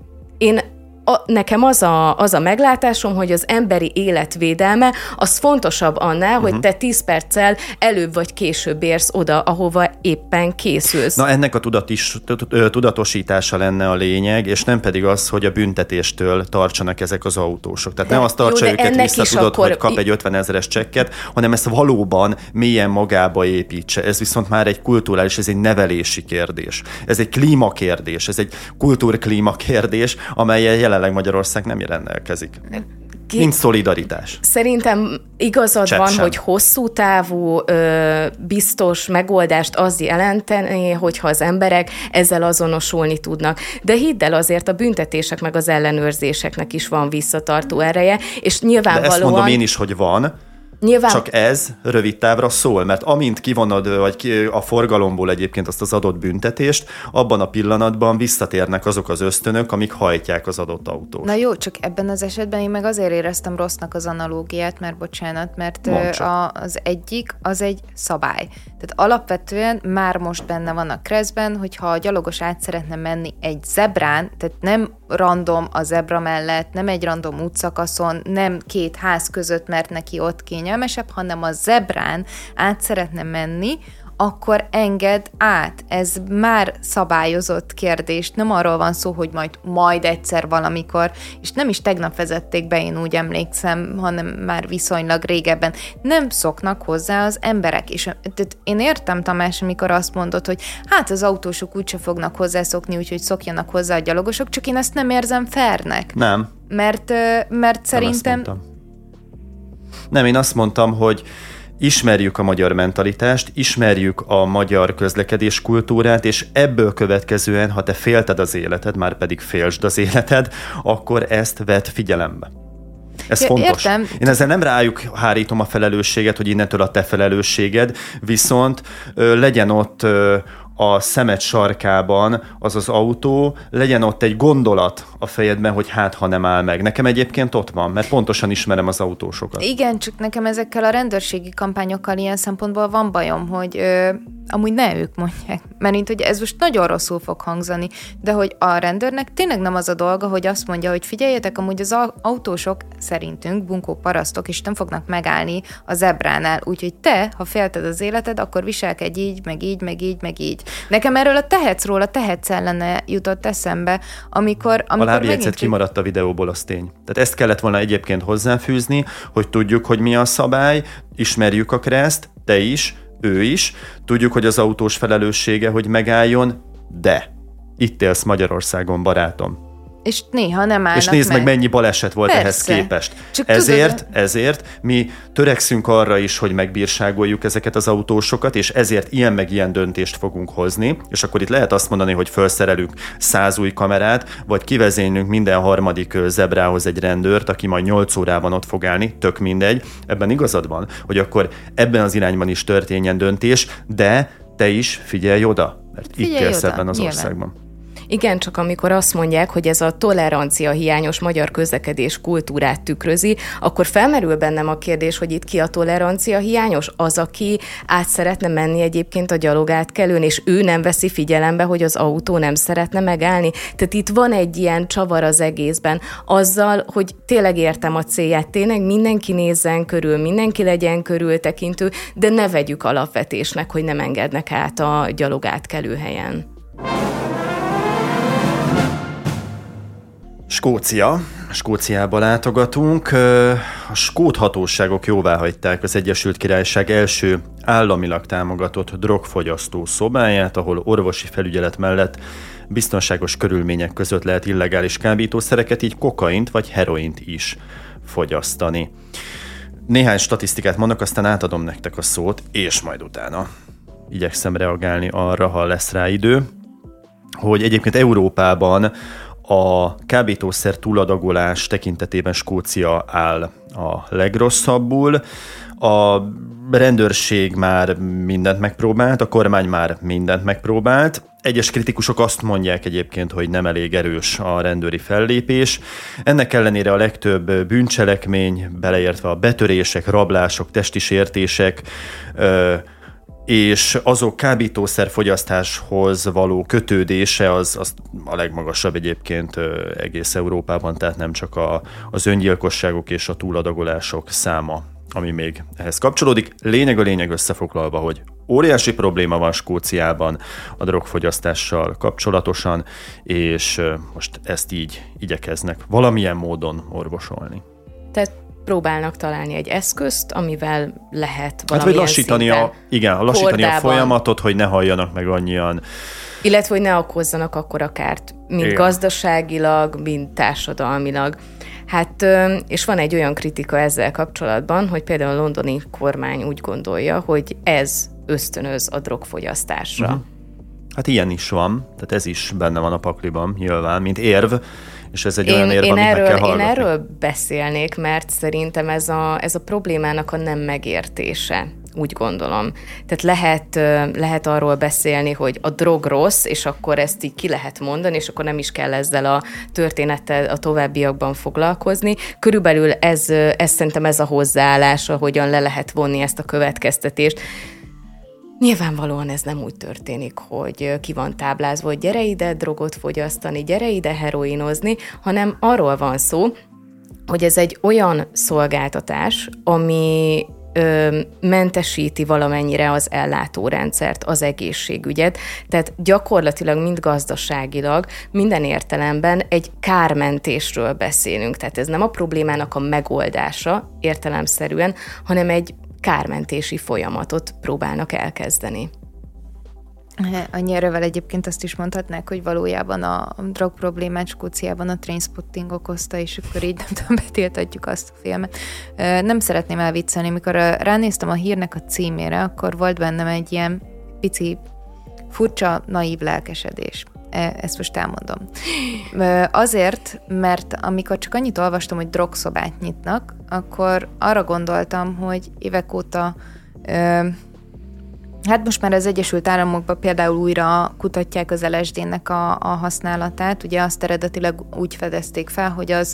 nekem az a meglátásom, hogy az emberi életvédelme az fontosabb annál, hogy te 10 perccel előbb vagy később érsz oda, ahova éppen készülsz. Na ennek a tudatosítása lenne a lényeg, és nem pedig az, hogy a büntetéstől tartsanak ezek az autósok. Tehát nem azt tartsa őket vissza, tudod, hogy kap egy 50 000-es csekket, hanem ezt valóban mélyen magába építse. Ez viszont már egy kulturális, ez egy nevelési kérdés. Ez egy klímakérdés, ez egy kultúrklímakérdés, amellyel jelenleg Magyarország nem rendelkezik. Nincs szolidaritás. Szerintem igazad van, hogy hosszú távú, biztos megoldást az jelenteni, hogyha az emberek ezzel azonosulni tudnak. De hidd el, azért a büntetések meg az ellenőrzéseknek is van visszatartó ereje, és nyilvánvalóan... De ezt mondom én is, hogy van. Csak ez rövid távra szól, mert amint kivonod a forgalomból egyébként azt az adott büntetést, abban a pillanatban visszatérnek azok az ösztönök, amik hajtják az adott autót. Na jó, csak ebben az esetben én meg azért éreztem rossznak az analógiát, mert az egyik, az egy szabály. Tehát alapvetően már most benne van a Kresben, hogyha a gyalogos át szeretne menni egy zebrán, tehát nem random a zebra mellett, nem egy random útszakaszon, nem két ház között, mert neki ott kényelmesebb, hanem a zebrán át szeretne menni, akkor engedd át. Ez már szabályozott kérdés. Nem arról van szó, hogy majd egyszer valamikor, és nem is tegnap vezették be, én úgy emlékszem, hanem már viszonylag régebben. Nem szoknak hozzá az emberek. És én értem, Tamás, amikor azt mondod, hogy hát az autósok úgyse fognak hozzászokni, úgyhogy szokjanak hozzá a gyalogosok, csak én ezt nem érzem fairnek. Nem. Mert szerintem... Nem, én azt mondtam, hogy ismerjük a magyar mentalitást, ismerjük a magyar közlekedés kultúrát, és ebből következően, ha te félted az életed, már pedig félsd az életed, akkor ezt vedd figyelembe. Ez fontos. Értem. Én ezzel nem rájuk hárítom a felelősséget, hogy innentől a te felelősséged, viszont legyen ott a szemed sarkában az az autó, legyen ott egy gondolat a fejedben, hogy hát, ha nem áll meg. Nekem egyébként ott van, mert pontosan ismerem az autósokat. Igen, csak nekem ezekkel a rendőrségi kampányokkal ilyen szempontból van bajom, hogy amúgy ne ők mondják, mert hogy ez most nagyon rosszul fog hangzani, de hogy a rendőrnek tényleg nem az a dolga, hogy azt mondja, hogy figyeljetek, amúgy az autósok szerintünk bunkó parasztok, és nem fognak megállni a zebránál, úgyhogy te, ha félted az életed, akkor viselkedj így, meg így, meg így, meg így. Nekem erről a tehetsz ellene jutott eszembe, amikor a lábjegyzet kimaradt a videóból, az tény. Tehát ezt kellett volna egyébként hozzáfűzni, hogy tudjuk, hogy mi a szabály, ismerjük a kreszt, te is, ő is, tudjuk, hogy az autós felelőssége, hogy megálljon, de itt élsz Magyarországon, barátom. És néha nem állnak. És nézd meg, mennyi baleset volt ehhez képest. Ezért mi törekszünk arra is, hogy megbírságoljuk ezeket az autósokat, és ezért ilyen meg ilyen döntést fogunk hozni, és akkor itt lehet azt mondani, hogy felszerelünk 100 új kamerát, vagy kivezénylünk minden harmadik zebrához egy rendőrt, aki majd 8 órában ott fog állni, tök mindegy. Ebben igazad van, hogy akkor ebben az irányban is történjen döntés, de te is figyelj oda, mert itt élsz ebben az országban. Igen, csak amikor azt mondják, hogy ez a tolerancia hiányos magyar közlekedés kultúrát tükrözi, akkor felmerül bennem a kérdés, hogy itt ki a tolerancia hiányos? Az, aki át szeretne menni egyébként a gyalogátkelőn, és ő nem veszi figyelembe, hogy az autó nem szeretne megállni. Tehát itt van egy ilyen csavar az egészben. Azzal, hogy tényleg értem a célját, tényleg mindenki nézzen körül, mindenki legyen körültekintő, de ne vegyük alapvetésnek, hogy nem engednek át a gyalogátkelő helyen. Skóciába látogatunk. A skót hatóságok jóváhagyták az Egyesült Királyság első államilag támogatott drogfogyasztó szobáját, ahol orvosi felügyelet mellett biztonságos körülmények között lehet illegális kábítószereket, így kokaint vagy heroint is fogyasztani. Néhány statisztikát mondok, aztán átadom nektek a szót, és majd utána igyekszem reagálni arra, ha lesz rá idő, hogy egyébként Európában a kábítószer túladagolás tekintetében Skócia áll a legrosszabbul. A rendőrség már mindent megpróbált, a kormány már mindent megpróbált. Egyes kritikusok azt mondják egyébként, hogy nem elég erős a rendőri fellépés. Ennek ellenére a legtöbb bűncselekmény, beleértve a betörések, rablások, testi sértések, és azok kábítószerfogyasztáshoz való kötődése az a legmagasabb egyébként egész Európában, tehát nem csak az öngyilkosságok és a túladagolások száma, ami még ehhez kapcsolódik. Lényeg a lényeg összefoglalva, hogy óriási probléma van Skóciában a drogfogyasztással kapcsolatosan, és most ezt így igyekeznek valamilyen módon orvosolni. Tehát próbálnak találni egy eszközt, amivel lehet valamilyen vagy lassítani lassítani a folyamatot, hogy ne halljanak meg annyian. Illetve, hogy ne okozzanak akkora kárt, mind gazdaságilag, mind társadalmilag. Hát, és van egy olyan kritika ezzel kapcsolatban, hogy például a londoni kormány úgy gondolja, hogy ez ösztönöz a drogfogyasztásra. Uh-huh. Hát ilyen is van, tehát ez is benne van a pakliban, nyilván, mint érv, és ez egy olyan érv, amit meg kell hallgatni. Én erről beszélnék, mert szerintem ez a problémának a nem megértése, úgy gondolom. Tehát lehet arról beszélni, hogy a drog rossz, és akkor ezt így ki lehet mondani, és akkor nem is kell ezzel a történettel a továbbiakban foglalkozni. Körülbelül ez szerintem ez a hozzáállás, ahogyan le lehet vonni ezt a következtetést. Nyilvánvalóan ez nem úgy történik, hogy ki van táblázva, hogy gyere ide drogot fogyasztani, gyere ide heroinozni, hanem arról van szó, hogy ez egy olyan szolgáltatás, ami mentesíti valamennyire az ellátórendszert, az egészségügyet, tehát gyakorlatilag mind gazdaságilag, minden értelemben egy kármentésről beszélünk, tehát ez nem a problémának a megoldása értelemszerűen, hanem egy kármentési folyamatot próbálnak elkezdeni. Annyi erővel egyébként azt is mondhatnák, hogy valójában a drog problémát Skóciában a Trainspotting okozta, és akkor így nem tudom, betiltatjuk azt a filmet. Nem szeretném elviccelni, mikor ránéztem a hírnek a címére, akkor volt bennem egy ilyen pici, furcsa, naív lelkesedés. Ezt most elmondom. Azért, mert amikor csak annyit olvastam, hogy drogszobát nyitnak, akkor arra gondoltam, hogy évek óta hát most már az Egyesült Államokban például újra kutatják az LSD-nek a használatát. Ugye azt eredetileg úgy fedezték fel, hogy az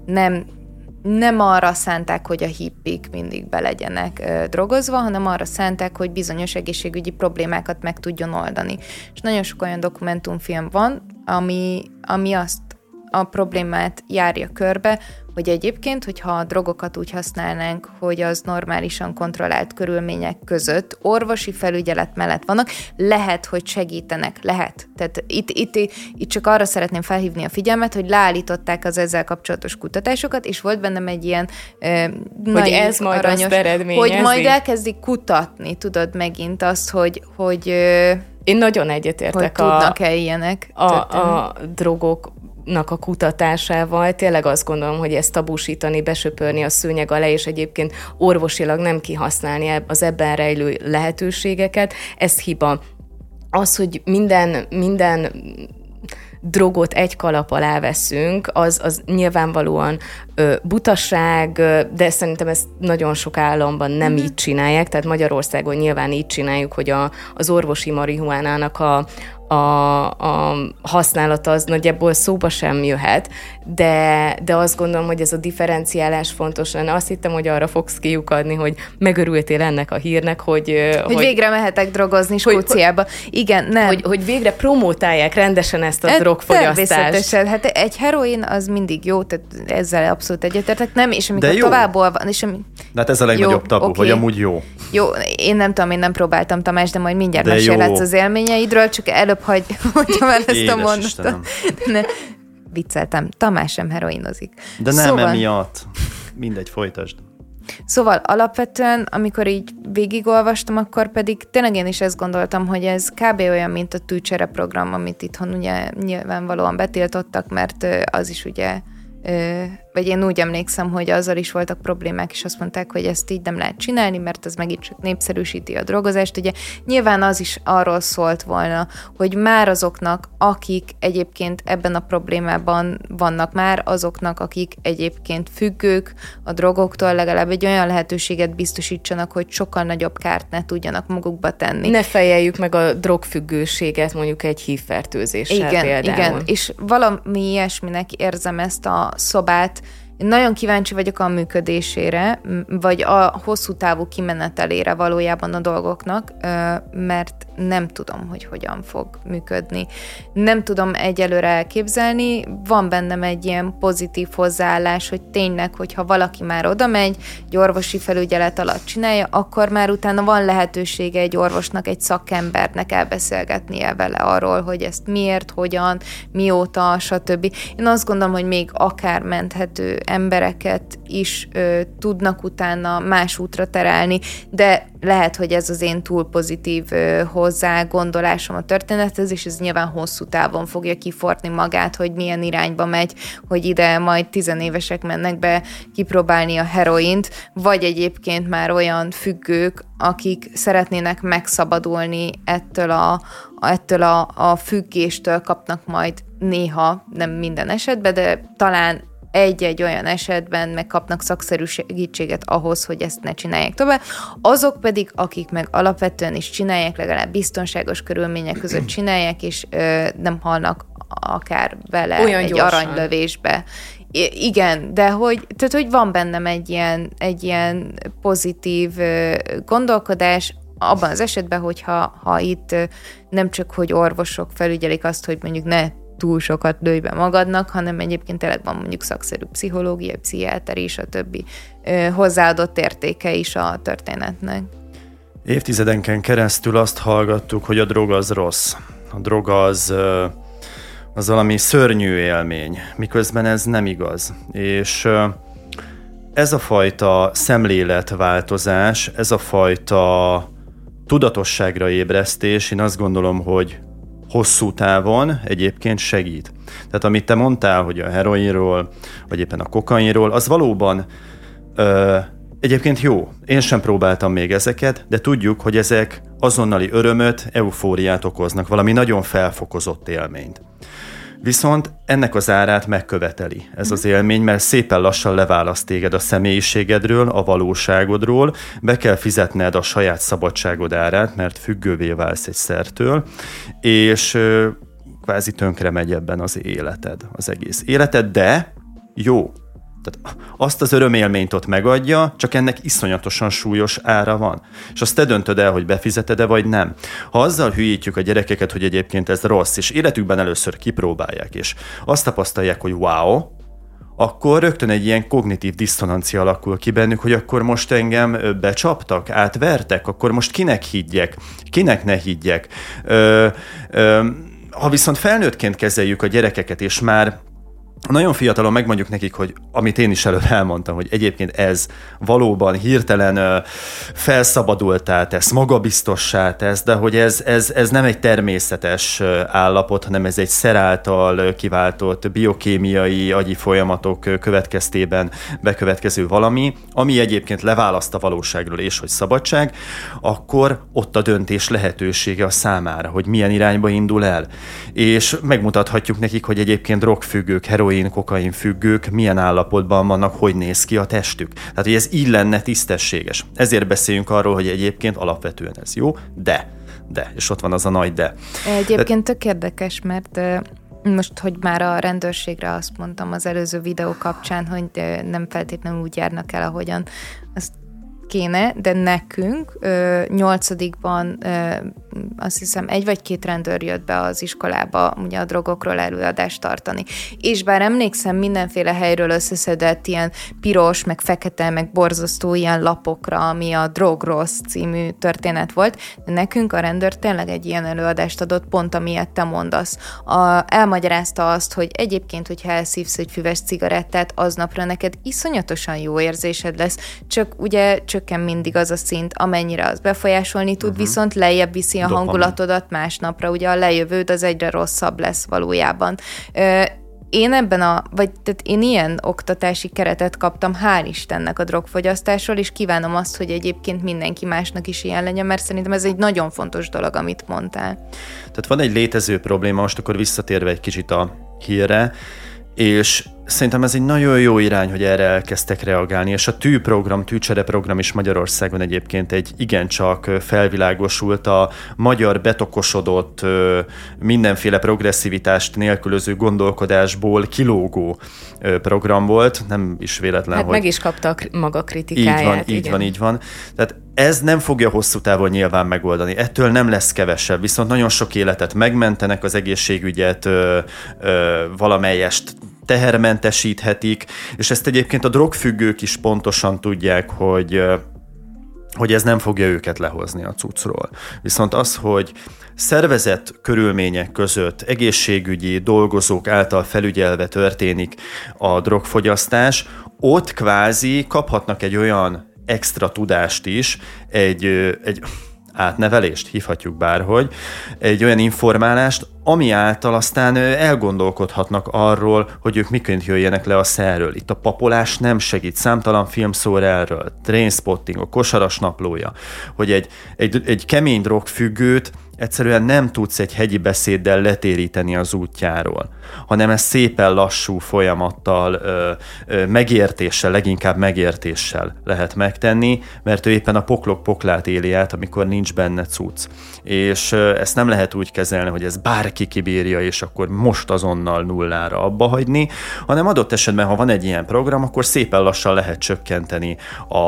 nem arra szánták, hogy a hippik mindig be legyenek drogozva, hanem arra szánták, hogy bizonyos egészségügyi problémákat meg tudjon oldani. És nagyon sok olyan dokumentumfilm van, ami azt a problémát járja körbe, hogy egyébként, hogyha a drogokat úgy használnánk, hogy az normálisan kontrollált körülmények között orvosi felügyelet mellett vannak, lehet, hogy segítenek, lehet. Tehát itt csak arra szeretném felhívni a figyelmet, hogy leállították az ezzel kapcsolatos kutatásokat, és volt bennem egy ilyen hogy ez majd aranyos, azt eredményezi. Hogy majd elkezdik kutatni, tudod megint azt, hogy én nagyon egyetértek hogy tudnak-e ilyenek. A drogok a kutatásával. Tényleg azt gondolom, hogy ezt tabusítani, besöpörni a szőnyeg alá, és egyébként orvosilag nem kihasználni az ebben rejlő lehetőségeket, ez hiba. Az, hogy minden drogot egy kalap alá veszünk, az nyilvánvalóan butaság, de szerintem ezt nagyon sok államban nem így csinálják, tehát Magyarországon nyilván így csináljuk, hogy az orvosi marihuánának a használata az nagyjából szóba sem jöhet, de azt gondolom, hogy ez a differenciálás fontos lenne. Azt hittem, hogy arra fogsz kiukadni, hogy megörültél ennek a hírnek, hogy végre mehetek drogozni Skóciába. Igen, nem. Hogy végre promótálják rendesen ezt a drogfogyasztást. Természetesen. Hát egy heroin az mindig jó, tehát ezzel abszolút egyetértek. Nem, és amikor továbbol van... De hát ez a legnagyobb tabu, hogy amúgy jó. Jó, én nem tudom, én nem próbáltam, Tamás, de majd mindjárt mesélhetsz az élményeidről, csak előbb mondjam el ezt a mondatot. Vicceltem, Tamás sem heroinozik. De nem emiatt. Mindegy, folytasd. Szóval alapvetően, amikor így végigolvastam, akkor pedig tényleg én is ezt gondoltam, hogy ez kb. Olyan, mint a tűcsere program, amit itthon ugye nyilvánvalóan betiltottak, mert az is ugye vagy én úgy emlékszem, hogy azzal is voltak problémák, és azt mondták, hogy ezt így nem lehet csinálni, mert az megint csak népszerűsíti a drogozást. Ugye nyilván az is arról szólt volna, hogy már azoknak, akik egyébként ebben a problémában vannak, már azoknak, akik egyébként függők a drogoktól, legalább egy olyan lehetőséget biztosítsanak, hogy sokkal nagyobb kárt ne tudjanak magukba tenni. Ne fejeljük meg a drogfüggőséget mondjuk egy HIV-fertőzéssel például. Igen, és valami ilyesminek érzem ezt a szobát. Én nagyon kíváncsi vagyok a működésére, vagy a hosszú távú kimenetelére valójában a dolgoknak, mert nem tudom, hogy hogyan fog működni. Nem tudom egyelőre elképzelni, van bennem egy ilyen pozitív hozzáállás, hogy tényleg, hogyha valaki már oda megy, egy orvosi felügyelet alatt csinálja, akkor már utána van lehetősége egy orvosnak, egy szakembernek elbeszélgetnie vele arról, hogy ezt miért, hogyan, mióta, stb. Én azt gondolom, hogy még akár menthető embereket is tudnak utána más útra terelni, de lehet, hogy ez az én túl pozitív hozzá gondolásom a történethez, és ez nyilván hosszú távon fogja kiforni magát, hogy milyen irányba megy, hogy ide majd 10 évesek mennek be kipróbálni a heroint, vagy egyébként már olyan függők, akik szeretnének megszabadulni ettől a függéstől, kapnak majd néha, nem minden esetben, de talán egy-egy olyan esetben megkapnak szakszerű segítséget ahhoz, hogy ezt ne csinálják tovább. Azok pedig, akik meg alapvetően is csinálják, legalább biztonságos körülmények között csinálják, és nem halnak akár vele olyan egy gyorsan aranylövésbe. Igen, de hogy van bennem egy ilyen pozitív gondolkodás, abban az esetben, hogyha itt nem csak, hogy orvosok felügyelik azt, hogy mondjuk ne túl sokat lőj be magadnak, hanem egyébként tényleg van mondjuk szakszerű pszichológia, pszichiáter és a többi hozzáadott értéke is a történetnek. Évtizedenken keresztül azt hallgattuk, hogy a drog az rossz. A drog az valami szörnyű élmény, miközben ez nem igaz. És ez a fajta szemléletváltozás, ez a fajta tudatosságra ébresztés, én azt gondolom, hogy hosszú távon egyébként segít. Tehát amit te mondtál, hogy a heroinról, vagy éppen a kokainról, az valóban egyébként jó. Én sem próbáltam még ezeket, de tudjuk, hogy ezek azonnali örömöt, eufóriát okoznak, valami nagyon felfokozott élményt. Viszont ennek az árát megköveteli ez az élmény, mert szépen lassan leválaszt téged a személyiségedről, a valóságodról, be kell fizetned a saját szabadságod árát, mert függővé válsz egy szertől, és kvázi tönkre megy ebben az életed, az egész életed, de jó. Tehát azt az örömélményt ott megadja, csak ennek iszonyatosan súlyos ára van. És azt te döntöd el, hogy befizeted-e, vagy nem. Ha azzal hülyítjük a gyerekeket, hogy egyébként ez rossz, és életükben először kipróbálják, és azt tapasztalják, hogy wow, akkor rögtön egy ilyen kognitív diszonancia alakul ki bennük, hogy akkor most engem becsaptak, átvertek, akkor most kinek higgyek, kinek ne higgyek. Ha viszont felnőttként kezeljük a gyerekeket, és már nagyon fiatalon megmondjuk nekik, hogy amit én is előbb elmondtam, hogy egyébként ez valóban hirtelen felszabadultá tesz, magabiztossá tesz, de hogy ez nem egy természetes állapot, hanem ez egy szer által kiváltott biokémiai agyi folyamatok következtében bekövetkező valami, ami egyébként leválaszt a valóságról és hogy szabadság, akkor ott a döntés lehetősége a számára, hogy milyen irányba indul el. És megmutathatjuk nekik, hogy egyébként drogfüggők, heroin, kokain függők milyen állapotban vannak, hogy néz ki a testük. Tehát, hogy ez így lenne tisztességes. Ezért beszéljünk arról, hogy egyébként alapvetően ez jó, de, és ott van az a nagy de. Egyébként tök érdekes, mert most, hogy már a rendőrségre azt mondtam az előző videó kapcsán, hogy nem feltétlenül úgy járnak el, ahogyan azt kéne, de nekünk 8-ban azt hiszem 1 vagy 2 rendőr jött be az iskolába ugye a drogokról előadást tartani. És bár emlékszem mindenféle helyről összeszedett ilyen piros, meg fekete, meg borzasztó ilyen lapokra, ami a Drog Rossz című történet volt, de nekünk a rendőr tényleg egy ilyen előadást adott, pont amilyet te mondasz. Elmagyarázta azt, hogy egyébként, hogyha elszívsz egy füves cigarettát, aznapra neked iszonyatosan jó érzésed lesz, csak ugye csökken mindig az a szint, amennyire az befolyásolni tud, viszont lejjebb viszi a hangulatodat másnapra, ugye a lejövőd az egyre rosszabb lesz valójában. Én tehát én ilyen oktatási keretet kaptam, hál' Istennek a drogfogyasztásról, és kívánom azt, hogy egyébként mindenki másnak is ilyen legyen, mert szerintem ez egy nagyon fontos dolog, amit mondtál. Tehát van egy létező probléma, most akkor visszatérve egy kicsit a hírre, és szerintem ez egy nagyon jó irány, hogy erre elkezdtek reagálni, és a tűcsereprogram is Magyarországon egyébként egy igencsak felvilágosult, a magyar betokosodott, mindenféle progresszivitást nélkülöző gondolkodásból kilógó program volt, nem is véletlen, hogy... meg is kapta maga kritikáját. Így van. Tehát ez nem fogja hosszú távon nyilván megoldani. Ettől nem lesz kevesebb, viszont nagyon sok életet megmentenek, az egészségügyet valamelyest tehermentesíthetik, és ezt egyébként a drogfüggők is pontosan tudják, hogy ez nem fogja őket lehozni a cuccról. Viszont az, hogy szervezett körülmények között egészségügyi dolgozók által felügyelve történik a drogfogyasztás, ott kvázi kaphatnak egy olyan extra tudást is, egy átnevelést, hívhatjuk bárhogy, egy olyan informálást, ami által aztán elgondolkodhatnak arról, hogy ők miként jöjjenek le a szerről. Itt a papolás nem segít, számtalan film szól erről, Trainspotting, a Kosaras naplója, hogy egy kemény drogfüggőt egyszerűen nem tudsz egy hegyi beszéddel letéríteni az útjáról, hanem ezt szépen lassú folyamattal, megértéssel, leginkább megértéssel lehet megtenni, mert ő éppen a poklok poklát éli át, amikor nincs benne cucc. És ezt nem lehet úgy kezelni, hogy ez bárki kibírja, és akkor most azonnal nullára abba hagyni, hanem adott esetben, ha van egy ilyen program, akkor szépen lassan lehet csökkenteni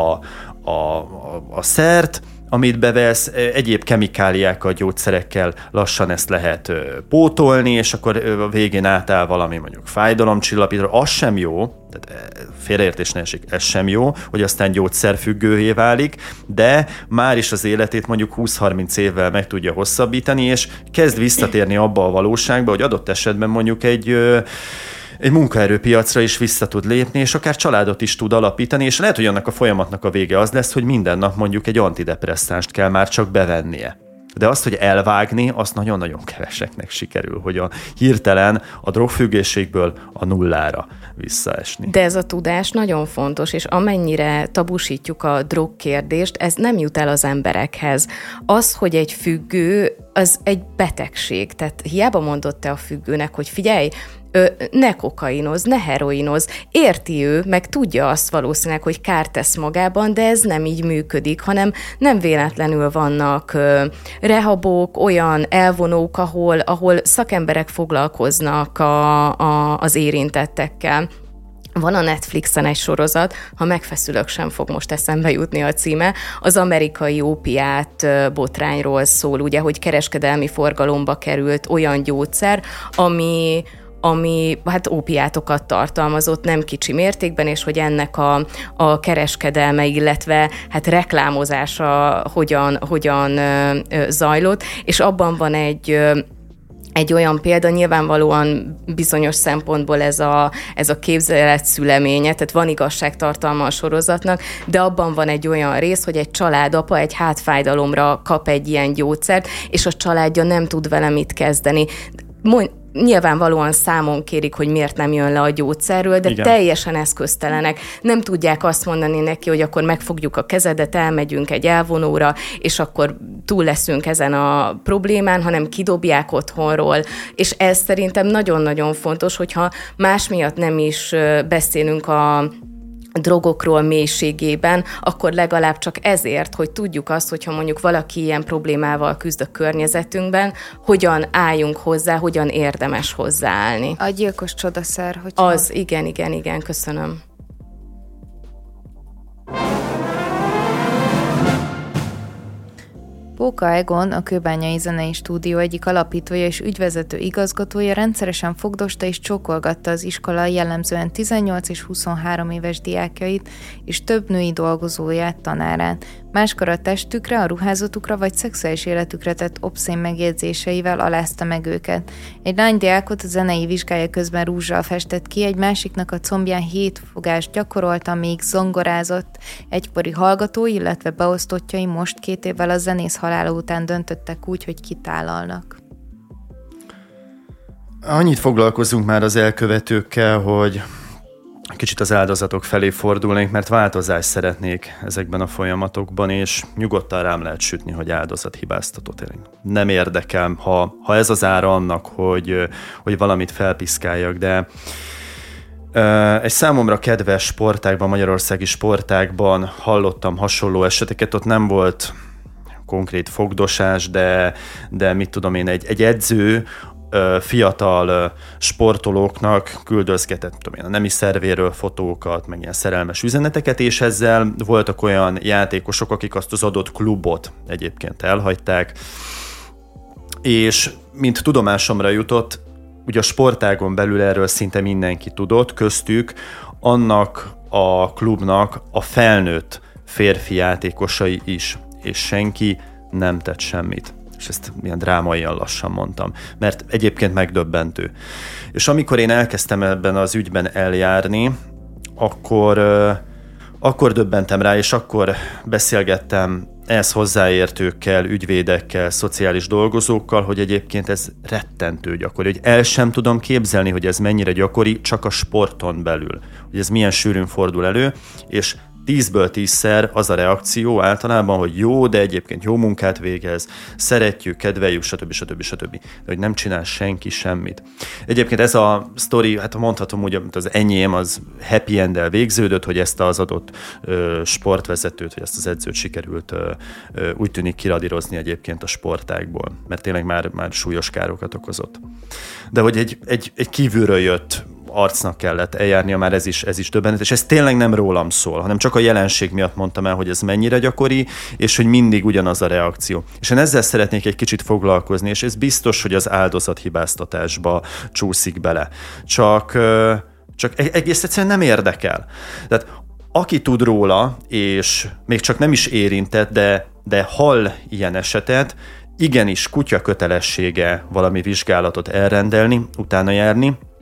a szert, amit bevesz, egyéb kemikáliákkal, gyógyszerekkel lassan ezt lehet pótolni, és akkor a végén átáll valami mondjuk fájdalomcsillapító, az sem jó, tehát félreértés ne esik, ez sem jó, hogy aztán gyógyszerfüggővé válik, de már is az életét mondjuk 20-30 évvel meg tudja hosszabbítani, és kezd visszatérni abba a valóságba, hogy adott esetben mondjuk egy munkaerőpiacra is vissza tud lépni, és akár családot is tud alapítani, és lehet, hogy annak a folyamatnak a vége az lesz, hogy minden nap mondjuk egy antidepresszánst kell már csak bevennie. De azt, hogy elvágni, azt nagyon-nagyon keveseknek sikerül, hogy hirtelen a drogfüggőségből a nullára visszaesni. De ez a tudás nagyon fontos, és amennyire tabusítjuk a drogkérdést, ez nem jut el az emberekhez. Az, hogy egy függő, az egy betegség. Tehát hiába mondott te a függőnek, hogy figyelj, ne kokainoz, ne heroinoz. Érti ő, meg tudja azt valószínűleg, hogy kárt tesz magában, de ez nem így működik, hanem nem véletlenül vannak rehabok, olyan elvonók, ahol szakemberek foglalkoznak az érintettekkel. Van a Netflixen egy sorozat, ha megfeszülök, sem fog most eszembe jutni a címe, az amerikai ópiát botrányról szól, ugye, hogy kereskedelmi forgalomba került olyan gyógyszer, ami hát ópiátokat tartalmazott nem kicsi mértékben, és hogy ennek a kereskedelme, illetve hát reklámozása hogyan zajlott, és abban van egy olyan példa, nyilvánvalóan bizonyos szempontból ez a képzelet szüleménye, tehát van igazságtartalma a sorozatnak, de abban van egy olyan rész, hogy egy családapa egy hátfájdalomra kap egy ilyen gyógyszert, és a családja nem tud vele mit kezdeni. Nyilvánvalóan számon kérik, hogy miért nem jön le a gyógyszerről, de igen, teljesen eszköztelenek. Nem tudják azt mondani neki, hogy akkor megfogjuk a kezedet, elmegyünk egy elvonóra, és akkor túl leszünk ezen a problémán, hanem kidobják otthonról. És ez szerintem nagyon-nagyon fontos, hogyha más miatt nem is beszélünk a drogokról mélységében, akkor legalább csak ezért, hogy tudjuk azt, hogyha mondjuk valaki ilyen problémával küzd a környezetünkben, hogyan álljunk hozzá, hogyan érdemes hozzáállni. A gyilkos csodaszer, hogyha... Az, igen, köszönöm. Póka Egon, a Kőbányai Zenei Stúdió egyik alapítója és ügyvezető igazgatója rendszeresen fogdosta és csókolgatta az iskola jellemzően 18 és 23 éves diákjait és több női dolgozóját, tanárán. Máskor a testükre, a ruházatukra vagy szexuális életükre tett obszén megjegyzéseivel alázta meg őket. Egy lánydiákot a zenei vizsgája közben rúzsal festett ki, egy másiknak a combján 7 fogást gyakorolta, még zongorázott. Egykori hallgatói, illetve beosztottjai most 2 évvel a zenész halála után döntöttek úgy, hogy kitálalnak. Annyit foglalkozunk már az elkövetőkkel, hogy kicsit az áldozatok felé fordulnék, mert változást szeretnék ezekben a folyamatokban, és nyugodtan rám lehet sütni, hogy áldozathibáztatott. Nem érdekel, ha ez az ára annak, hogy valamit felpiszkáljak, de egy számomra kedves sportágban, magyarországi sportágban hallottam hasonló eseteket, ott nem volt konkrét fogdosás, de mit tudom én, egy edző fiatal sportolóknak küldözgetett a nemi szervéről fotókat, meg ilyen szerelmes üzeneteket, és ezzel voltak olyan játékosok, akik azt az adott klubot egyébként elhagyták, és mint tudomásomra jutott, ugye a sportágon belül erről szinte mindenki tudott, köztük annak a klubnak a felnőtt férfi játékosai is, és senki nem tett semmit. És ezt ilyen drámaian lassan mondtam, mert egyébként megdöbbentő. És amikor én elkezdtem ebben az ügyben eljárni, akkor döbbentem rá, és akkor beszélgettem ehhez hozzáértőkkel, ügyvédekkel, szociális dolgozókkal, hogy egyébként ez rettentő gyakori, hogy el sem tudom képzelni, hogy ez mennyire gyakori csak a sporton belül, hogy ez milyen sűrűn fordul elő, és 10-ből 10-szer az a reakció általában, hogy jó, de egyébként jó munkát végez, szeretjük, kedveljük, stb. De hogy nem csinál senki semmit. Egyébként ez a sztori, hát mondhatom úgy, mint az enyém, az happy end-el végződött, hogy ezt az adott sportvezetőt, vagy ezt az edzőt sikerült úgy tűnik kiradírozni egyébként a sportágból, mert tényleg már súlyos károkat okozott. De hogy egy kívülről jött arcnak kellett eljárnia, már ez is döbbenet, és ez tényleg nem rólam szól, hanem csak a jelenség miatt mondtam el, hogy ez mennyire gyakori, és hogy mindig ugyanaz a reakció. És én ezzel szeretnék egy kicsit foglalkozni, és ez biztos, hogy az áldozathibáztatásba csúszik bele. Csak egész egyszerűen nem érdekel. Tehát aki tud róla, és még csak nem is érintett, de hall ilyen esetet, igenis kutya kötelessége valami vizsgálatot elrendelni, utána járni,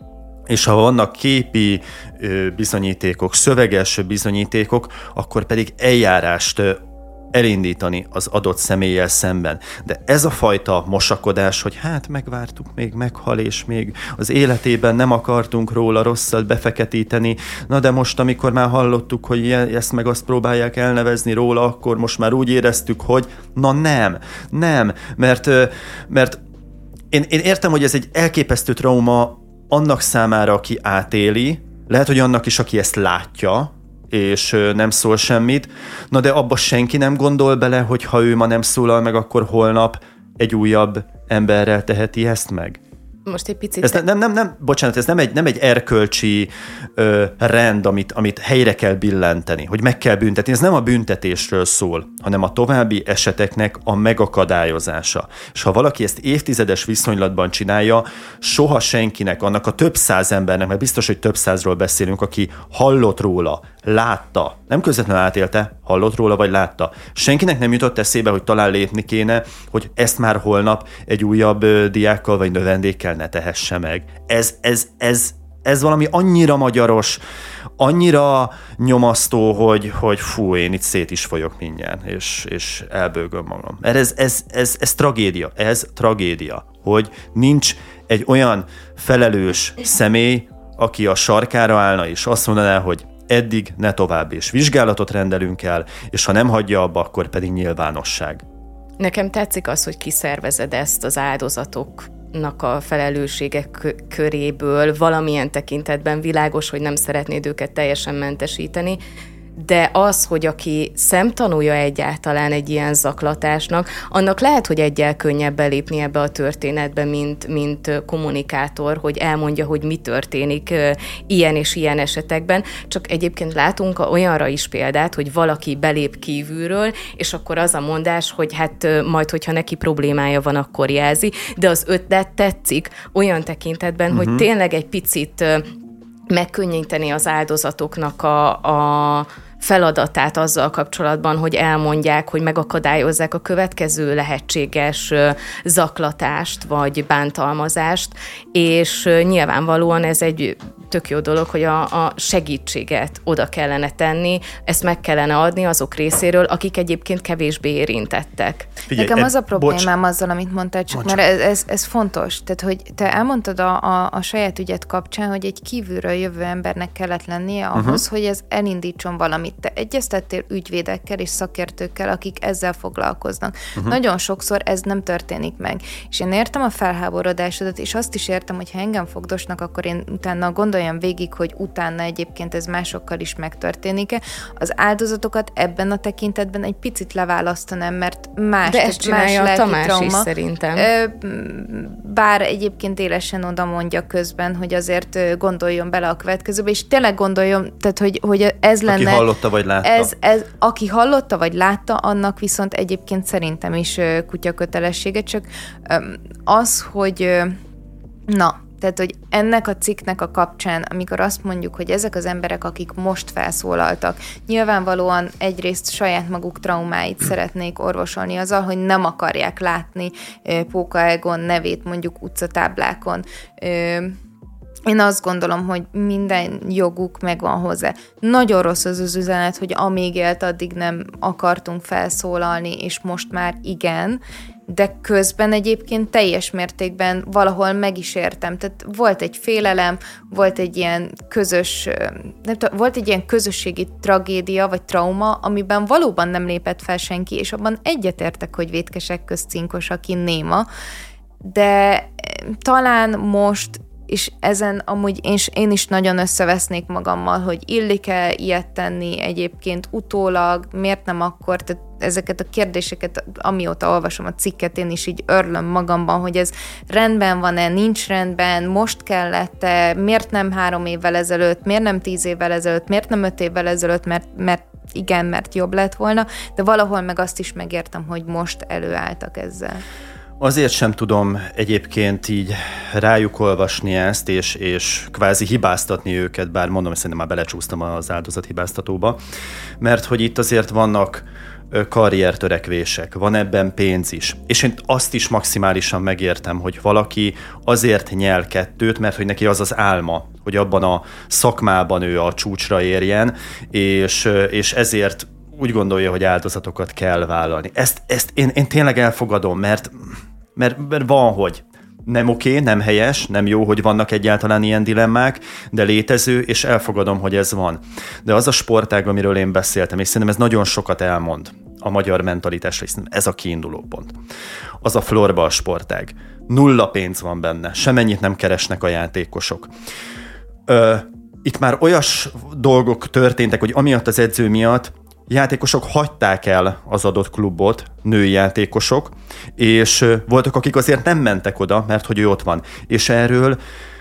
és ha vannak képi bizonyítékok, szöveges bizonyítékok, akkor pedig eljárást elindítani az adott személlyel szemben. De ez a fajta mosakodás, hogy hát megvártuk, még meghal, és még az életében nem akartunk róla rosszat befeketíteni, na de most, amikor már hallottuk, hogy ezt meg azt próbálják elnevezni róla, akkor most már úgy éreztük, hogy na nem, mert én értem, hogy ez egy elképesztő trauma annak számára, aki átéli, lehet, hogy annak is, aki ezt látja, és nem szól semmit, na de abba senki nem gondol bele, hogy ha ő ma nem szólal meg, akkor holnap egy újabb emberrel teheti ezt meg. Most egy picit... Ez bocsánat, ez nem egy erkölcsi rend, amit helyre kell billenteni, hogy meg kell büntetni. Ez nem a büntetésről szól, hanem a további eseteknek a megakadályozása. És ha valaki ezt évtizedes viszonylatban csinálja, soha senkinek, annak a több száz embernek, mert biztos, hogy több százról beszélünk, aki hallott róla, látta, nem közvetlenül átélte, hallott róla vagy látta. Senkinek nem jutott eszébe, hogy talán lépni kéne, hogy ezt már holnap egy újabb diákkal vagy növendékkel ne tehesse meg. Ez valami annyira magyaros, annyira nyomasztó, hogy fú, én itt szét is folyok mindjárt, és elbőgöm magam. Ez tragédia, ez tragédia, hogy nincs egy olyan felelős személy, aki a sarkára állna, és azt mondaná, hogy eddig ne tovább, és vizsgálatot rendelünk el, és ha nem hagyja abba, akkor pedig nyilvánosság. Nekem tetszik az, hogy kiszervezed ezt az áldozatoknak a felelősségek köréből, valamilyen tekintetben világos, hogy nem szeretnéd őket teljesen mentesíteni, de az, hogy aki szemtanúja egyáltalán egy ilyen zaklatásnak, annak lehet, hogy egyel könnyebb belépni ebbe a történetbe, mint kommunikátor, hogy elmondja, hogy mi történik ilyen és ilyen esetekben. Csak egyébként látunk olyanra is példát, hogy valaki belép kívülről, és akkor az a mondás, hogy hát majd, hogyha neki problémája van, akkor jelzi, de az ötlet tetszik olyan tekintetben, hogy tényleg egy picit megkönnyíteni az áldozatoknak a feladatát azzal kapcsolatban, hogy elmondják, hogy megakadályozzák a következő lehetséges zaklatást vagy bántalmazást, és nyilvánvalóan ez egy tök jó dolog, hogy a segítséget oda kellene tenni, ezt meg kellene adni azok részéről, akik egyébként kevésbé érintettek. Figyelj, nekem az a problémám azzal, amit mondtál, csak mert ez fontos. Tehát, hogy te elmondtad a saját ügyet kapcsán, hogy egy kívülről jövő embernek kellett lennie ahhoz, hogy ez elindítson valamit. Te egyeztettél ügyvédekkel és szakértőkkel, akik ezzel foglalkoznak. Nagyon sokszor ez nem történik meg. És én értem a felháborodásodat, és azt is értem, hogy ha engem fogdosnak, akkor én utána gondoljam végig, hogy utána egyébként ez másokkal is megtörténik-e. Az áldozatokat ebben a tekintetben egy picit leválasztanám, mert más. De ezt csinálja a Tamás trauma, is szerintem. Bár egyébként élesen oda mondja közben, hogy azért gondoljon bele a következőbe, és tényleg gondoljon, tehát hogy ez lenne... Aki hallotta vagy látta. Aki hallotta vagy látta, annak viszont egyébként szerintem is kutya kötelessége, csak az, hogy tehát, hogy ennek a cikknek a kapcsán, amikor azt mondjuk, hogy ezek az emberek, akik most felszólaltak, nyilvánvalóan egyrészt saját maguk traumáit szeretnék orvosolni azzal, hogy nem akarják látni Póka Egon nevét mondjuk utcatáblákon. Én azt gondolom, hogy minden joguk megvan hozzá. Nagyon rossz az üzenet, hogy amíg élt, addig nem akartunk felszólalni, és most már igen, de közben egyébként teljes mértékben valahol meg is értem. Tehát volt egy félelem, volt egy ilyen közösségi tragédia, vagy trauma, amiben valóban nem lépett fel senki, és abban egyetértek, hogy vétkesek közt cinkos, aki néma, de talán most és ezen amúgy én is nagyon összevesznék magammal, hogy illik-e ilyet tenni egyébként utólag, miért nem akkor, tehát ezeket a kérdéseket, amióta olvasom a cikket, én is így örlöm magamban, hogy ez rendben van-e, nincs rendben, most kellett-e, miért nem 3 évvel ezelőtt, miért nem 10 évvel ezelőtt, miért nem 5 évvel ezelőtt, mert jobb lett volna, de valahol meg azt is megértem, hogy most előálltak ezzel. Azért sem tudom egyébként így rájuk olvasni ezt, és kvázi hibáztatni őket, bár mondom, hogy szerintem már belecsúsztam az áldozathibáztatóba, mert hogy itt azért vannak karriertörekvések, van ebben pénz is. És én azt is maximálisan megértem, hogy valaki azért nyel 2, mert hogy neki az az álma, hogy abban a szakmában ő a csúcsra érjen, és ezért úgy gondolja, hogy áldozatokat kell vállalni. Ezt én tényleg elfogadom, mert van, hogy nem oké, nem helyes, nem jó, hogy vannak egyáltalán ilyen dilemmák, de létező, és elfogadom, hogy ez van. De az a sportág, amiről én beszéltem, és szerintem ez nagyon sokat elmond a magyar mentalitásra, és ez a kiinduló pont. Az a florbal sportág. 0 pénz van benne, semennyit nem keresnek a játékosok. Itt már olyas dolgok történtek, hogy amiatt az edző miatt játékosok hagyták el az adott klubot, női játékosok, és voltak, akik azért nem mentek oda, mert hogy ő ott van. És erről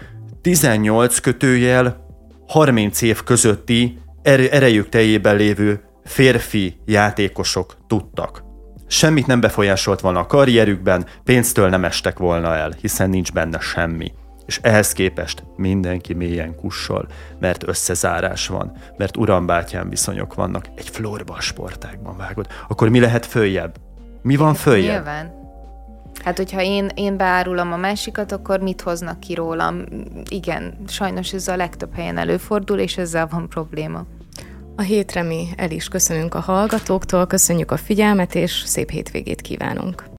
18-30 év közötti erejük teljében lévő férfi játékosok tudtak. Semmit nem befolyásolt volna a karrierükben, pénztől nem estek volna el, hiszen nincs benne semmi. És ehhez képest mindenki mélyen kussol, mert összezárás van, mert urambátyám viszonyok vannak. Egy florbal sportágban vágod. Akkor mi lehet följebb? Mi van följebb? Nyilván. Hát, hogyha én beárulom a másikat, akkor mit hoznak ki rólam? Igen, sajnos ez a legtöbb helyen előfordul, és ezzel van probléma. A hétre mi el is köszönünk a hallgatóktól, köszönjük a figyelmet, és szép hétvégét kívánunk.